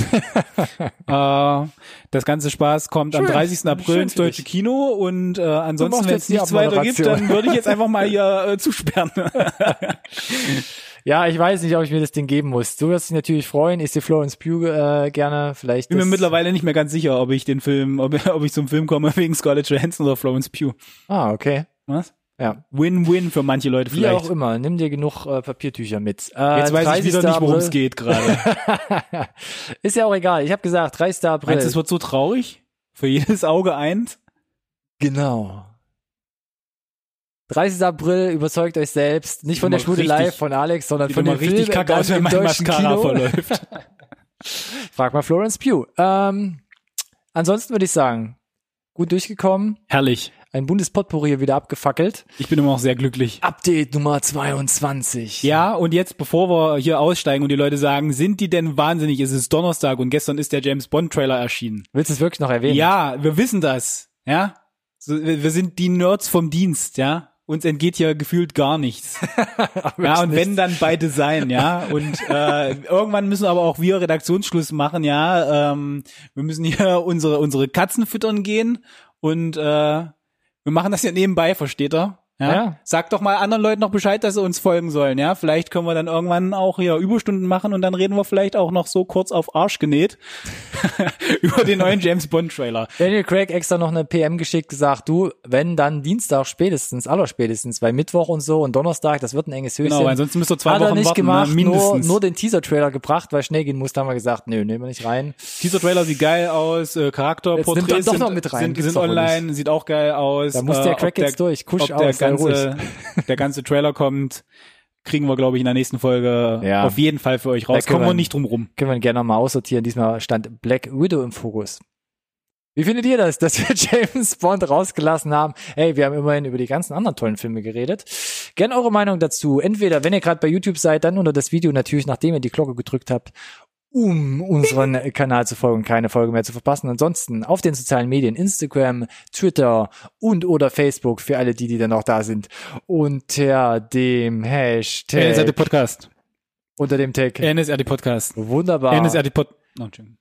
Das ganze Spaß kommt am 30. April ins deutsche Kino und ansonsten, wenn es nichts weiter gibt, dann würde ich jetzt einfach mal hier zusperren. Ja, ich weiß nicht, ob ich mir das Ding geben muss. Du wirst dich natürlich freuen. Ich sehe Florence Pugh gerne. Vielleicht. Bin mir mittlerweile nicht mehr ganz sicher, ob ich zum Film komme wegen Scarlett Johansson oder Florence Pugh. Ah, okay. Was? Ja. Win-win für manche Leute vielleicht. Wie auch immer. Nimm dir genug Papiertücher mit. Jetzt weiß ich wieder nicht, worum es geht gerade. Ist ja auch egal. Ich habe gesagt, 30. April. Meinst du, es wird so traurig? Für jedes Auge eins? Genau. 30. April, überzeugt euch selbst. Nicht von der Schmudelei von Alex, sondern von dem Film. Richtig kacke aus, wenn mein Mascara verläuft. Frag mal Florence Pugh. Ansonsten würde ich sagen, gut durchgekommen. Herrlich. Ein Bundespotpourri wieder abgefackelt. Ich bin immer auch sehr glücklich. Update Nummer 22. Ja, und jetzt, bevor wir hier aussteigen und die Leute sagen, sind die denn wahnsinnig? Es ist Donnerstag und gestern ist der James Bond Trailer erschienen. Willst du es wirklich noch erwähnen? Ja, wir wissen das. Ja. Wir sind die Nerds vom Dienst, ja. Uns entgeht hier gefühlt gar nichts. Ja, und wenn, dann bei Design, ja. Und irgendwann müssen aber auch wir Redaktionsschluss machen, ja. Wir müssen hier unsere Katzen füttern gehen und wir machen das ja nebenbei, versteht ihr? Ja? Sag doch mal anderen Leuten noch Bescheid, dass sie uns folgen sollen, ja. Vielleicht können wir dann irgendwann auch hier Überstunden machen und dann reden wir vielleicht auch noch so kurz auf Arsch genäht über den neuen James Bond Trailer. Daniel Craig extra noch eine PM geschickt, gesagt, du, wenn dann Dienstag spätestens, allerspätestens, weil Mittwoch und so und Donnerstag, das wird ein enges Höschen. Genau, ansonsten müsst ihr 2 Wochen warten. Hat er nicht warten, gemacht, mindestens. Nur den Teaser-Trailer gebracht, weil schnell gehen musste, haben wir gesagt, nö, nehmen wir nicht rein. Teaser-Trailer sieht geil aus, Charakterporträts sind online, sieht auch geil aus. Da muss der Craig jetzt durch, kusch aus, der ganze Trailer kommt, kriegen wir, glaube ich, in der nächsten Folge auf jeden Fall für euch raus. Kommen wir nicht drum rum. Können wir gerne mal aussortieren. Diesmal stand Black Widow im Fokus. Wie findet ihr das, dass wir James Bond rausgelassen haben? Hey, wir haben immerhin über die ganzen anderen tollen Filme geredet. Gerne eure Meinung dazu. Entweder, wenn ihr gerade bei YouTube seid, dann unter das Video natürlich, nachdem ihr die Glocke gedrückt habt, um unseren Kanal zu folgen, keine Folge mehr zu verpassen. Ansonsten auf den sozialen Medien, Instagram, Twitter und oder Facebook für alle die dann noch da sind. Unter dem Hashtag NSRD Podcast. Unter dem Tag NSRD Podcast. Wunderbar. NSRD Podcast.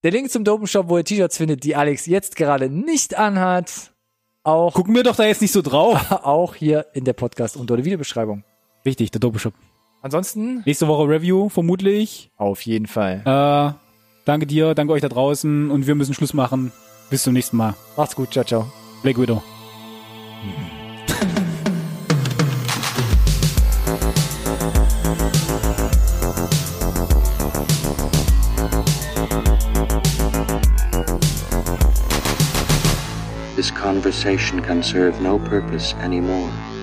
Der Link zum Dopenshop, wo ihr T-Shirts findet, die Alex jetzt gerade nicht anhat, auch Gucken wir doch da jetzt nicht so drauf. auch hier in der Podcast und oder Videobeschreibung. Richtig, der Dopenshop. Ansonsten Nächste Woche Review, vermutlich. auf jeden Fall. Danke dir, danke euch da draußen und wir müssen Schluss machen. Bis zum nächsten Mal. Macht's gut, ciao, ciao. Black Widow. This conversation can serve no purpose anymore.